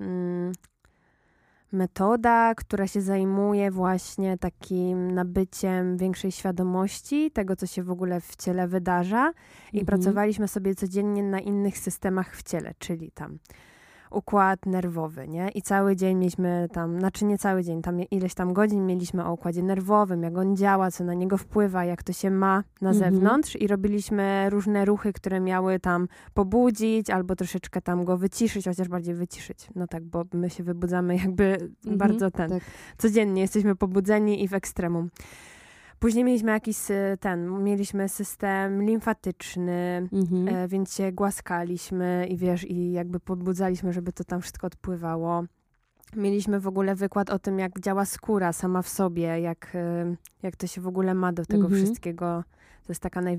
która się zajmuje właśnie takim nabyciem większej świadomości tego, co się w ogóle w ciele wydarza. I pracowaliśmy sobie codziennie na innych systemach w ciele, czyli tam układ nerwowy, nie? I cały dzień mieliśmy tam, znaczy nie cały dzień, tam ileś tam godzin mieliśmy o układzie nerwowym, jak on działa, co na niego wpływa, jak to się ma na zewnątrz i robiliśmy różne ruchy, które miały tam pobudzić albo troszeczkę tam go wyciszyć, chociaż bardziej wyciszyć. No tak, bo my się wybudzamy jakby bardzo codziennie jesteśmy pobudzeni i w ekstremum. Później mieliśmy mieliśmy system limfatyczny, więc się głaskaliśmy i wiesz, i jakby podbudzaliśmy, żeby to tam wszystko odpływało. Mieliśmy w ogóle wykład o tym, jak działa skóra sama w sobie, jak to się w ogóle ma do tego wszystkiego. To jest taka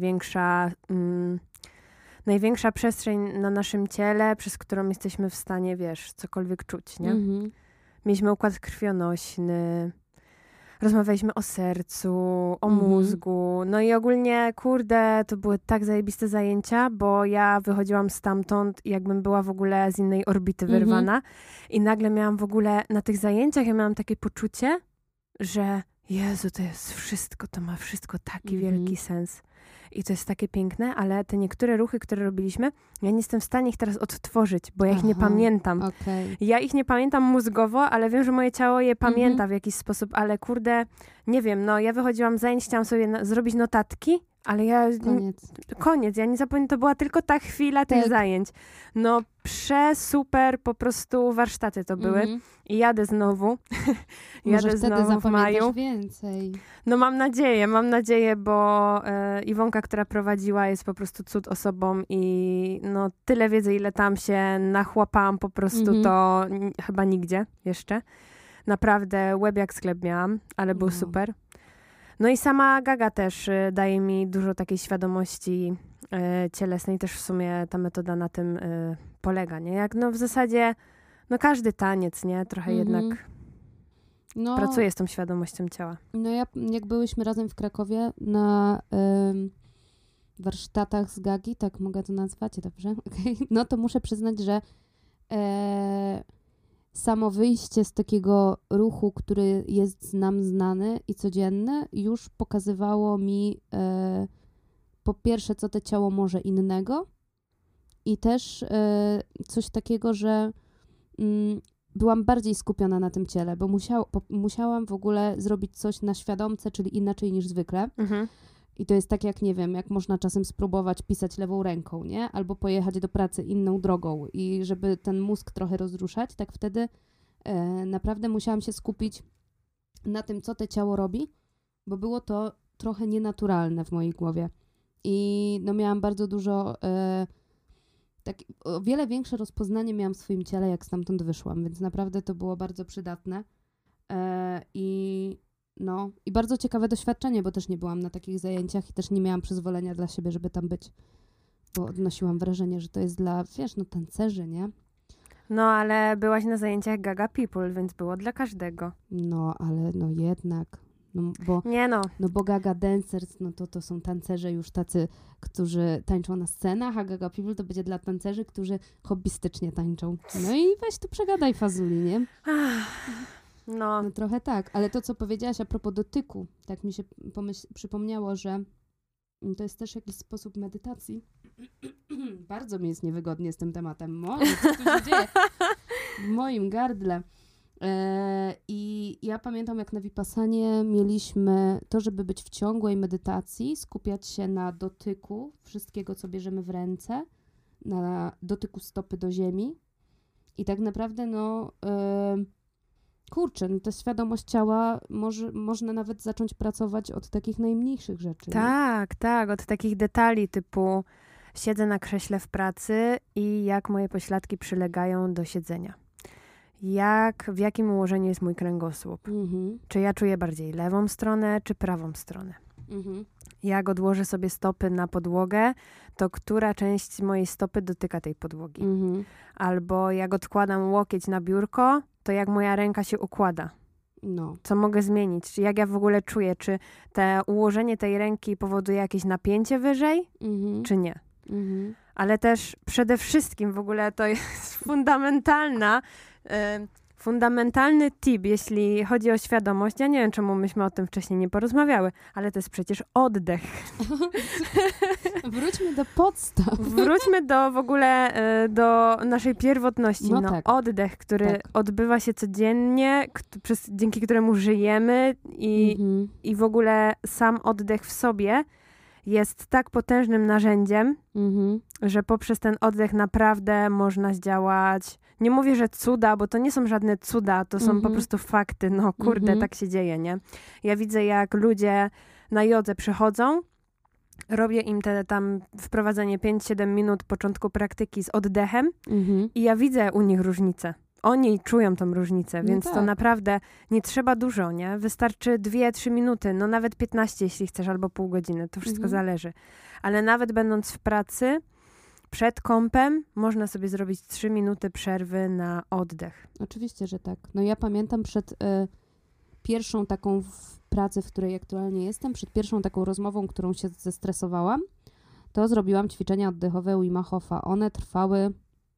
największa przestrzeń na naszym ciele, przez którą jesteśmy w stanie, wiesz, cokolwiek czuć, nie? Mieliśmy układ krwionośny, rozmawialiśmy o sercu, o mózgu, no i ogólnie, kurde, to były tak zajebiste zajęcia, bo ja wychodziłam stamtąd, jakbym była w ogóle z innej orbity wyrwana i nagle miałam w ogóle, na tych zajęciach ja miałam takie poczucie, że Jezu, to jest wszystko, to ma wszystko taki wielki sens. I to jest takie piękne, ale te niektóre ruchy, które robiliśmy, ja nie jestem w stanie ich teraz odtworzyć, bo ja ich nie pamiętam. Okay. Ja ich nie pamiętam mózgowo, ale wiem, że moje ciało je pamięta w jakiś sposób, ale kurde, nie wiem, no ja wychodziłam z zajęć, chciałam sobie zrobić notatki, ale Koniec, ja nie zapomnę, to była tylko ta chwila tych zajęć. No super po prostu warsztaty to były. I jadę znowu. Może wtedy w maju. Więcej. No mam nadzieję, bo Iwonka, która prowadziła, jest po prostu cud osobą i no tyle wiedzy, ile tam się nachłapałam po prostu, to chyba nigdzie jeszcze. Naprawdę łeb jak sklep miałam, ale był super. No i sama Gaga też daje mi dużo takiej świadomości cielesnej. Też w sumie ta metoda na tym polega, nie? Jak no w zasadzie, no każdy taniec, nie? Trochę jednak pracuje z tą świadomością ciała. No jak byłyśmy razem w Krakowie na warsztatach z Gagi, tak mogę to nazwać, dobrze? Okay. No to muszę przyznać, że samo wyjście z takiego ruchu, który jest nam znany i codzienny, już pokazywało mi po pierwsze, co to ciało może innego i też coś takiego, że byłam bardziej skupiona na tym ciele, bo musiałam w ogóle zrobić coś na świadomce, czyli inaczej niż zwykle. I to jest tak jak, nie wiem, jak można czasem spróbować pisać lewą ręką, nie? Albo pojechać do pracy inną drogą i żeby ten mózg trochę rozruszać, tak wtedy naprawdę musiałam się skupić na tym, co to ciało robi, bo było to trochę nienaturalne w mojej głowie. I no miałam bardzo dużo, o wiele większe rozpoznanie miałam w swoim ciele, jak stamtąd wyszłam, więc naprawdę to było bardzo przydatne. I bardzo ciekawe doświadczenie, bo też nie byłam na takich zajęciach i też nie miałam przyzwolenia dla siebie, żeby tam być, bo odnosiłam wrażenie, że to jest dla, tancerzy, nie? No, ale byłaś na zajęciach Gaga People, więc było dla każdego. No, ale jednak, bo Gaga Dancers, to są tancerze już tacy, którzy tańczą na scenach, a Gaga People to będzie dla tancerzy, którzy hobbystycznie tańczą. No i weź tu przegadaj fazuli, nie? No trochę tak, ale to, co powiedziałaś a propos dotyku, tak mi się przypomniało, że to jest też jakiś sposób medytacji. Bardzo mi jest niewygodnie z tym tematem. Co tu się dzieje? W moim gardle. I ja pamiętam, jak na Vipassanie mieliśmy to, żeby być w ciągłej medytacji, skupiać się na dotyku wszystkiego, co bierzemy w ręce, na dotyku stopy do ziemi. I tak naprawdę, ta świadomość ciała można nawet zacząć pracować od takich najmniejszych rzeczy. Tak, od takich detali typu siedzę na krześle w pracy i jak moje pośladki przylegają do siedzenia. W jakim ułożeniu jest mój kręgosłup. Czy ja czuję bardziej lewą stronę, czy prawą stronę. Jak odłożę sobie stopy na podłogę, to która część mojej stopy dotyka tej podłogi. Albo jak odkładam łokieć na biurko, to jak moja ręka się układa. Co mogę zmienić? Jak ja w ogóle czuję? Czy ułożenie tej ręki powoduje jakieś napięcie wyżej, czy nie? Ale też przede wszystkim w ogóle to jest fundamentalny tip, jeśli chodzi o świadomość. Ja nie wiem, czemu myśmy o tym wcześniej nie porozmawiały, ale to jest przecież oddech. Wróćmy do podstaw. Wróćmy do naszej pierwotności. Tak. Oddech, który odbywa się codziennie, dzięki któremu żyjemy i w ogóle sam oddech w sobie jest tak potężnym narzędziem, że poprzez ten oddech naprawdę można zdziałać nie mówię, że cuda, bo to nie są żadne cuda, to są po prostu fakty. No kurde, tak się dzieje, nie? Ja widzę, jak ludzie na jodze przychodzą, robię im te tam wprowadzenie 5-7 minut początku praktyki z oddechem i ja widzę u nich różnicę. Oni czują tą różnicę, więc to naprawdę nie trzeba dużo, nie? Wystarczy 2-3 minuty, no nawet 15, jeśli chcesz, albo pół godziny, to wszystko zależy. Ale nawet będąc w pracy, przed kąpem, można sobie zrobić 3 minuty przerwy na oddech. Oczywiście, że tak. No ja pamiętam przed pierwszą taką pracę, w której aktualnie jestem, przed pierwszą taką rozmową, którą się zestresowałam, to zrobiłam ćwiczenia oddechowe Wima Hofa. One trwały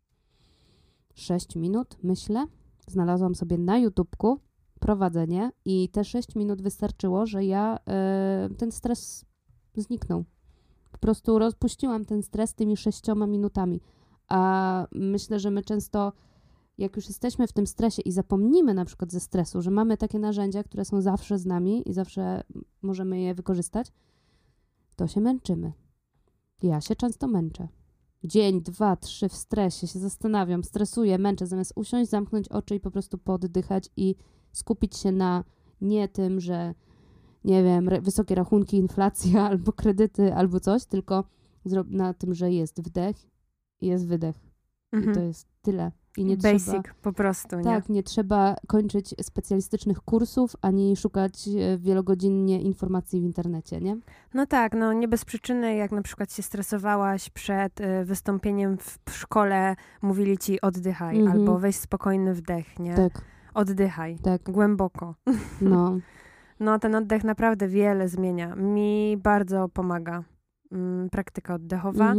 6 minut, myślę. Znalazłam sobie na YouTubku prowadzenie i te 6 minut wystarczyło, że ten stres zniknął. Po prostu rozpuściłam ten stres tymi 6 minutami. A myślę, że my często, jak już jesteśmy w tym stresie i zapomnimy na przykład ze stresu, że mamy takie narzędzia, które są zawsze z nami i zawsze możemy je wykorzystać, to się męczymy. Ja się często męczę. Dzień, 2, 3 w stresie, się zastanawiam, stresuję, męczę, zamiast usiąść, zamknąć oczy i po prostu pooddychać i skupić się na nie tym, że nie wiem, wysokie rachunki, inflacja albo kredyty, albo coś, tylko na tym, że jest wdech i jest wydech. I to jest tyle. I nie Basic trzeba, po prostu, nie? Tak, nie trzeba kończyć specjalistycznych kursów, ani szukać wielogodzinnie informacji w internecie, nie? No tak, no nie bez przyczyny, jak na przykład się stresowałaś przed wystąpieniem w szkole, mówili ci oddychaj, albo weź spokojny wdech, nie? Tak. Oddychaj, tak. Głęboko. No. No ten oddech naprawdę wiele zmienia. Mi bardzo pomaga praktyka oddechowa.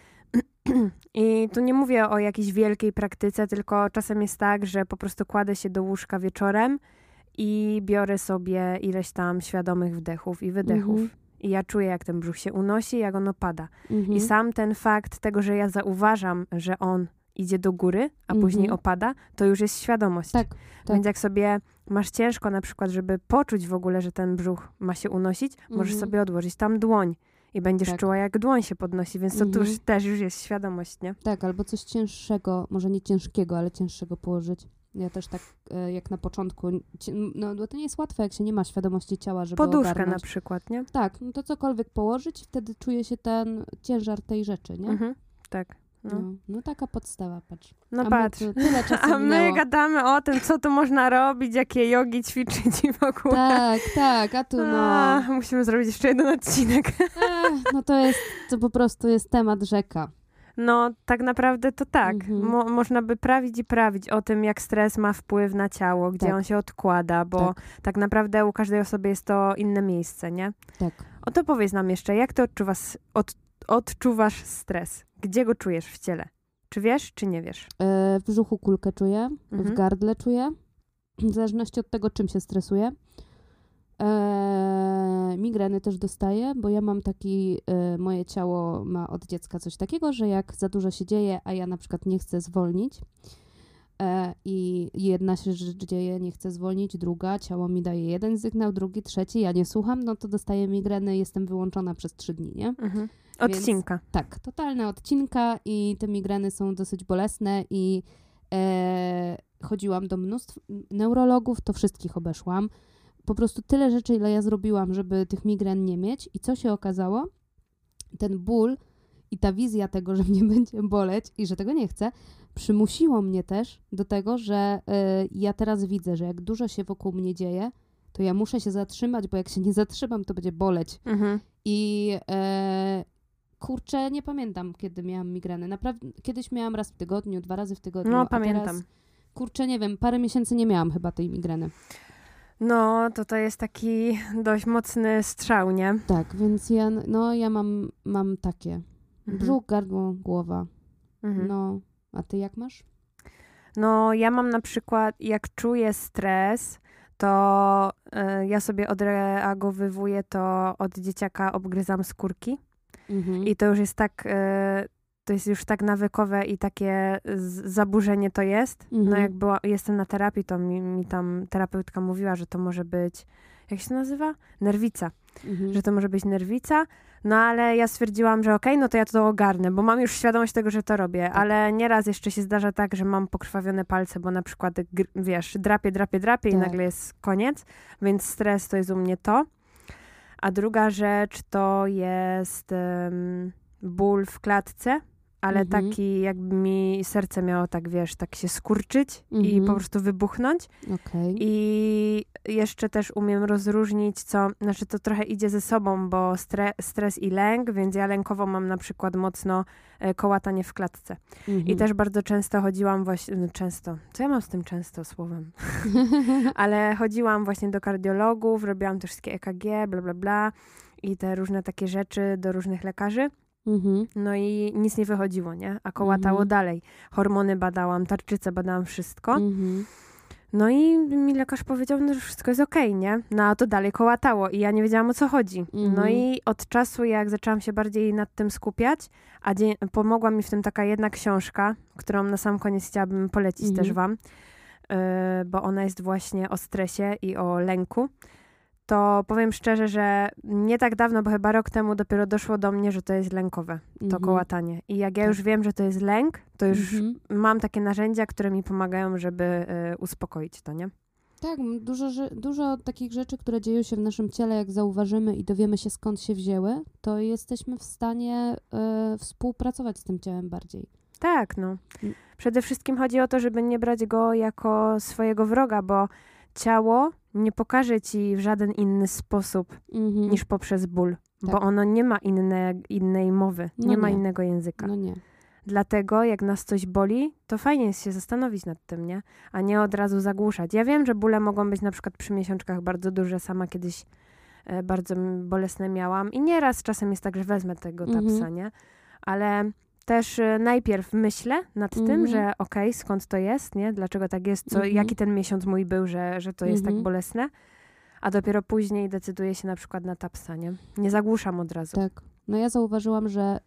I tu nie mówię o jakiejś wielkiej praktyce, tylko czasem jest tak, że po prostu kładę się do łóżka wieczorem i biorę sobie ileś tam świadomych wdechów i wydechów. I ja czuję, jak ten brzuch się unosi, jak on opada. I sam ten fakt tego, że ja zauważam, że on idzie do góry, a później opada, to już jest świadomość. Tak. Więc jak sobie masz ciężko na przykład, żeby poczuć w ogóle, że ten brzuch ma się unosić, możesz sobie odłożyć tam dłoń. I będziesz czuła, jak dłoń się podnosi, więc to już też jest świadomość, nie? Tak, albo coś cięższego, może nie ciężkiego, ale cięższego położyć. Ja też tak, jak na początku, no bo to nie jest łatwe, jak się nie ma świadomości ciała, żeby Poduszkę ogarnąć. na przykład, nie? Tak, no to cokolwiek położyć, wtedy czuje się ten ciężar tej rzeczy, nie? Tak. No taka podstawa, patrz. No patrz. Tyle czasu A my minęło. gadamy o tym, co tu można robić, jakie jogi ćwiczyć i w ogóle. Tak, a tu no. Musimy zrobić jeszcze jeden odcinek. No to po prostu jest temat rzeka. No, tak naprawdę to tak. Można by prawić o tym, jak stres ma wpływ na ciało, gdzie on się odkłada, bo tak naprawdę u każdej osoby jest to inne miejsce, nie? Tak. Oto powiedz nam jeszcze, jak ty odczuwasz stres? Gdzie go czujesz w ciele? Czy wiesz, czy nie wiesz? W brzuchu kulkę czuję, w gardle czuję, w zależności od tego, czym się stresuję. Migreny też dostaję, bo ja mam moje ciało ma od dziecka coś takiego, że jak za dużo się dzieje, a ja na przykład nie chcę zwolnić i jedna się rzecz dzieje, nie chcę zwolnić, druga, ciało mi daje jeden sygnał, drugi, trzeci, ja nie słucham, no to dostaję migreny, jestem wyłączona przez 3 dni, nie? Odcinka. Więc, tak, totalna odcinka i te migreny są dosyć bolesne i chodziłam do mnóstwa neurologów, to wszystkich obeszłam. Po prostu tyle rzeczy, ile ja zrobiłam, żeby tych migren nie mieć. I co się okazało? Ten ból i ta wizja tego, że mnie będzie boleć i że tego nie chcę, przymusiło mnie też do tego, że ja teraz widzę, że jak dużo się wokół mnie dzieje, to ja muszę się zatrzymać, bo jak się nie zatrzymam, to będzie boleć. I kurczę, nie pamiętam, kiedy miałam migreny. Naprawdę, kiedyś miałam raz w tygodniu, 2 razy w tygodniu. No, a pamiętam. teraz, kurczę, nie wiem, parę miesięcy nie miałam chyba tej migreny. No, to jest taki dość mocny strzał, nie? Tak, więc ja mam takie. Brzuch, gardło, głowa. No, a ty jak masz? No, ja mam na przykład, jak czuję stres, to ja sobie odreagowywuję to od dzieciaka, obgryzam skórki. I to już jest tak to jest już tak nawykowe i takie zaburzenie to jest. No jak jestem na terapii, to mi tam terapeutka mówiła, że to może być, jak się to nazywa? Nerwica. Że to może być nerwica. No ale ja stwierdziłam, że okej, no to ja to ogarnę, bo mam już świadomość tego, że to robię. Tak. Ale nieraz jeszcze się zdarza tak, że mam pokrwawione palce, bo na przykład, wiesz, drapię tak. I nagle jest koniec. Więc stres to jest u mnie to. A druga rzecz to jest ból w klatce, ale taki jakby mi serce miało tak, wiesz, tak się skurczyć i po prostu wybuchnąć. Okay. I jeszcze też umiem rozróżnić, znaczy to trochę idzie ze sobą, bo stres i lęk, więc ja lękowo mam na przykład mocno kołatanie w klatce. I też bardzo często chodziłam właśnie, co ja mam z tym często słowem? Ale chodziłam właśnie do kardiologów, robiłam też wszystkie EKG, bla, bla, bla i te różne takie rzeczy do różnych lekarzy. No i nic nie wychodziło, nie? A kołatało dalej. Hormony badałam, tarczycę badałam, wszystko. No i mi lekarz powiedział, no, że wszystko jest okej, nie? No a to dalej kołatało i ja nie wiedziałam, o co chodzi. No i od czasu, jak zaczęłam się bardziej nad tym skupiać, a pomogła mi w tym taka jedna książka, którą na sam koniec chciałabym polecić też wam, bo ona jest właśnie o stresie i o lęku. To powiem szczerze, że nie tak dawno, bo chyba rok temu dopiero doszło do mnie, że to jest lękowe, to kołatanie. I jak ja już wiem, że to jest lęk, to już mam takie narzędzia, które mi pomagają, żeby uspokoić to, nie? Tak, dużo takich rzeczy, które dzieją się w naszym ciele, jak zauważymy i dowiemy się, skąd się wzięły, to jesteśmy w stanie współpracować z tym ciałem bardziej. Tak, no. Przede wszystkim chodzi o to, żeby nie brać go jako swojego wroga, bo ciało nie pokaże ci w żaden inny sposób niż poprzez ból, bo ono nie ma innej mowy, nie ma innego języka. No nie. Dlatego jak nas coś boli, to fajnie jest się zastanowić nad tym, nie? A nie od razu zagłuszać. Ja wiem, że bóle mogą być na przykład przy miesiączkach bardzo duże. Sama kiedyś bardzo bolesne miałam i nieraz czasem jest tak, że wezmę tego tapsa, nie? Ale też najpierw myślę nad tym, że okej, skąd to jest, nie? Dlaczego tak jest, jaki ten miesiąc mój był, że to jest tak bolesne, a dopiero później decyduję się na przykład na tapsa, nie? Nie zagłuszam od razu. Tak. No ja zauważyłam, że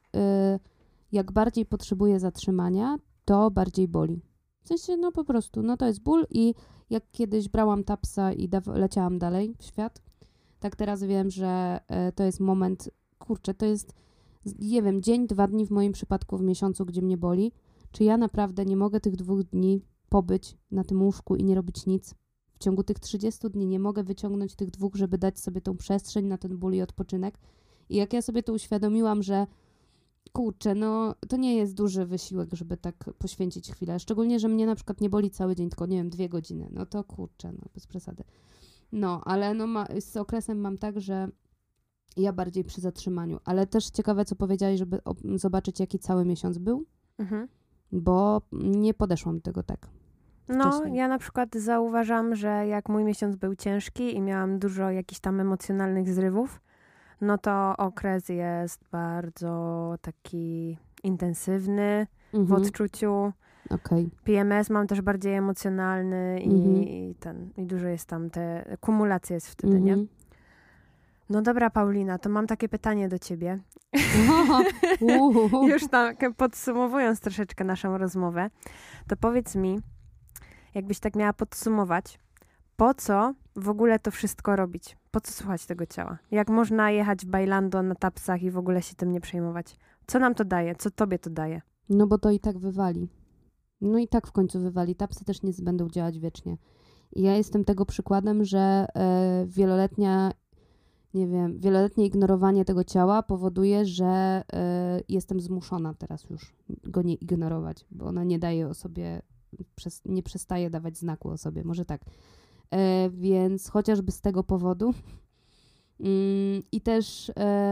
jak bardziej potrzebuję zatrzymania, to bardziej boli. W sensie, no po prostu, no to jest ból i jak kiedyś brałam tapsa i leciałam dalej w świat, tak teraz wiem, że to jest moment, kurczę, to jest nie wiem, dzień, 2 dni w moim przypadku w miesiącu, gdzie mnie boli, czy ja naprawdę nie mogę tych 2 dni pobyć na tym łóżku i nie robić nic? W ciągu tych 30 dni nie mogę wyciągnąć tych 2, żeby dać sobie tą przestrzeń na ten ból i odpoczynek. I jak ja sobie to uświadomiłam, że kurczę, no to nie jest duży wysiłek, żeby tak poświęcić chwilę. Szczególnie, że mnie na przykład nie boli cały dzień, tylko nie wiem, 2 godziny. No to kurczę, no bez przesady. No, ale no z okresem mam tak, że ja bardziej przy zatrzymaniu. Ale też ciekawe, co powiedziałeś, żeby zobaczyć, jaki cały miesiąc był, bo nie podeszłam do tego tak wcześniej. No, ja na przykład zauważam, że jak mój miesiąc był ciężki i miałam dużo jakichś tam emocjonalnych zrywów, no to okres jest bardzo taki intensywny w odczuciu. Okay. PMS mam też bardziej emocjonalny i dużo jest tam, te kumulacje jest wtedy, nie? No dobra, Paulina, to mam takie pytanie do ciebie. Już tak podsumowując troszeczkę naszą rozmowę, to powiedz mi, jakbyś tak miała podsumować, po co w ogóle to wszystko robić? Po co słuchać tego ciała? Jak można jechać w Bailando na tapsach i w ogóle się tym nie przejmować? Co nam to daje? Co tobie to daje? No bo to i tak wywali. No i tak w końcu wywali. Tapsy też nie będą działać wiecznie. I ja jestem tego przykładem, że wieloletnie ignorowanie tego ciała powoduje, że jestem zmuszona teraz już go nie ignorować, bo ona nie daje o sobie, nie przestaje dawać znaku o sobie, może tak. Więc chociażby z tego powodu i też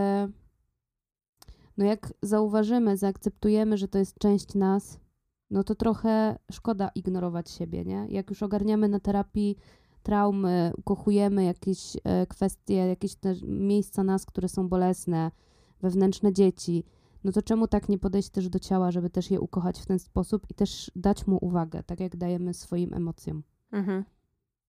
no jak zauważymy, zaakceptujemy, że to jest część nas, no to trochę szkoda ignorować siebie, nie? Jak już ogarniamy na terapii traumy, ukochujemy jakieś kwestie, jakieś te miejsca nas, które są bolesne, wewnętrzne dzieci, no to czemu tak nie podejść też do ciała, żeby też je ukochać w ten sposób i też dać mu uwagę, tak jak dajemy swoim emocjom.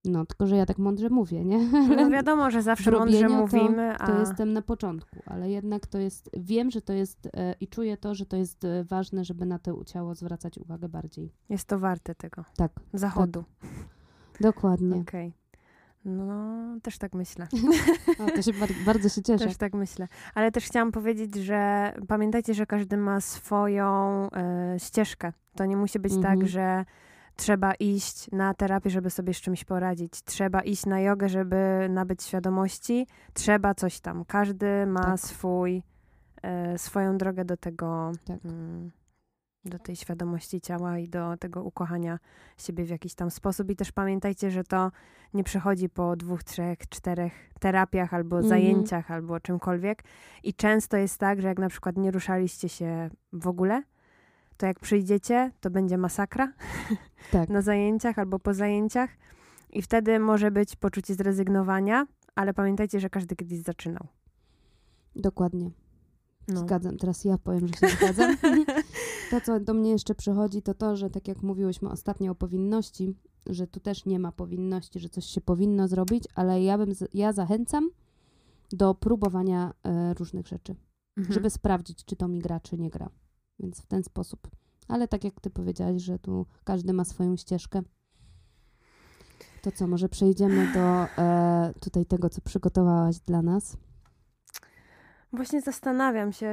No, tylko że ja tak mądrze mówię, nie? No wiadomo, że zawsze mądrze mówimy, to jestem na początku, ale jednak to jest, wiem, że to jest i czuję to, że to jest ważne, żeby na to ciało zwracać uwagę bardziej. Jest to warte tego. Tak. Zachodu. Tak. Dokładnie. Okej. No, też tak myślę. To się bardzo się cieszę. Też tak myślę. Ale też chciałam powiedzieć, że pamiętajcie, że każdy ma swoją ścieżkę. To nie musi być tak, że trzeba iść na terapię, żeby sobie z czymś poradzić. Trzeba iść na jogę, żeby nabyć świadomości. Trzeba coś tam. Każdy ma swoją drogę do tego, do tej świadomości ciała i do tego ukochania siebie w jakiś tam sposób. I też pamiętajcie, że to nie przychodzi po 2, 3, 4 terapiach albo zajęciach albo czymkolwiek. I często jest tak, że jak na przykład nie ruszaliście się w ogóle, to jak przyjdziecie, to będzie masakra na zajęciach albo po zajęciach i wtedy może być poczucie zrezygnowania, ale pamiętajcie, że każdy kiedyś zaczynał. Dokładnie. No. Zgadzam. Teraz ja powiem, że się zgadzam. To, co do mnie jeszcze przychodzi, to, że tak jak mówiłyśmy ostatnio o powinności, że tu też nie ma powinności, że coś się powinno zrobić, ale ja zachęcam do próbowania różnych rzeczy, żeby sprawdzić, czy to mi gra, czy nie gra. Więc w ten sposób. Ale tak jak ty powiedziałaś, że tu każdy ma swoją ścieżkę. To co, może przejdziemy do tutaj tego, co przygotowałaś dla nas? Właśnie zastanawiam się,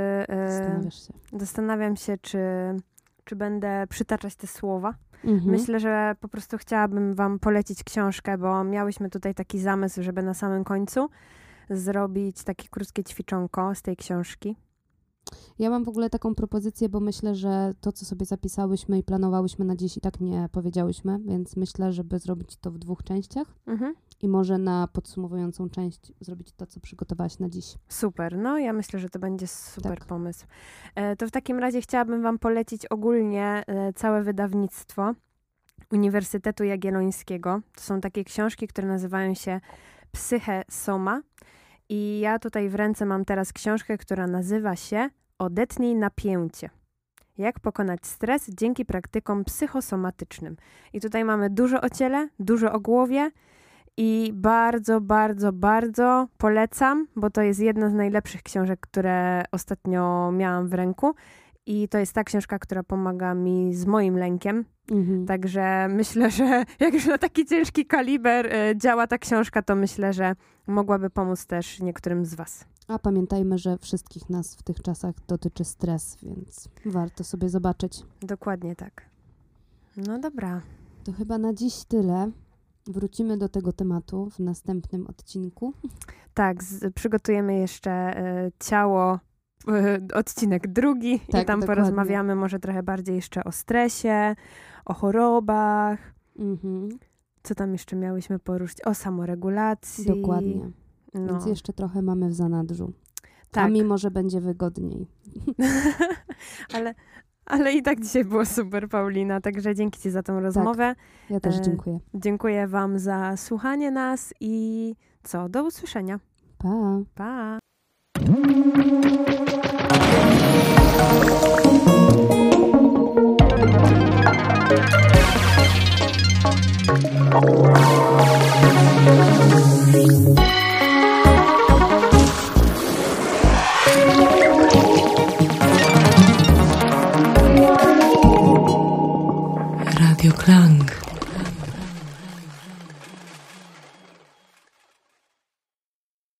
czy będę przytaczać te słowa. Myślę, że po prostu chciałabym wam polecić książkę, bo miałyśmy tutaj taki zamysł, żeby na samym końcu zrobić takie krótkie ćwiczonko z tej książki. Ja mam w ogóle taką propozycję, bo myślę, że to, co sobie zapisałyśmy i planowałyśmy na dziś i tak nie powiedziałyśmy, więc myślę, żeby zrobić to w 2 częściach i może na podsumowującą część zrobić to, co przygotowałaś na dziś. Super, no ja myślę, że to będzie super pomysł. To w takim razie chciałabym wam polecić ogólnie całe wydawnictwo Uniwersytetu Jagiellońskiego. To są takie książki, które nazywają się Psyche Soma. I ja tutaj w ręce mam teraz książkę, która nazywa się Odetnij napięcie. Jak pokonać stres dzięki praktykom psychosomatycznym. I tutaj mamy dużo o ciele, dużo o głowie i bardzo, bardzo, bardzo polecam, bo to jest jedna z najlepszych książek, które ostatnio miałam w ręku. I to jest ta książka, która pomaga mi z moim lękiem. Także myślę, że jak już na taki ciężki kaliber działa ta książka, to myślę, że mogłaby pomóc też niektórym z was. A pamiętajmy, że wszystkich nas w tych czasach dotyczy stres, więc warto sobie zobaczyć. Dokładnie tak. No dobra. To chyba na dziś tyle. Wrócimy do tego tematu w następnym odcinku. Tak, przygotujemy jeszcze ciało, odcinek 2 i tam dokładnie. Porozmawiamy może trochę bardziej jeszcze o stresie, o chorobach. Co tam jeszcze miałyśmy poruszyć? O samoregulacji. Dokładnie. No. Więc jeszcze trochę mamy w zanadrzu. Tak. A mimo, że będzie wygodniej. Ale i tak dzisiaj było super, Paulina, także dzięki ci za tą rozmowę. Tak, ja też dziękuję. Dziękuję wam za słuchanie nas i do usłyszenia. Pa. Pa. Radio Klang.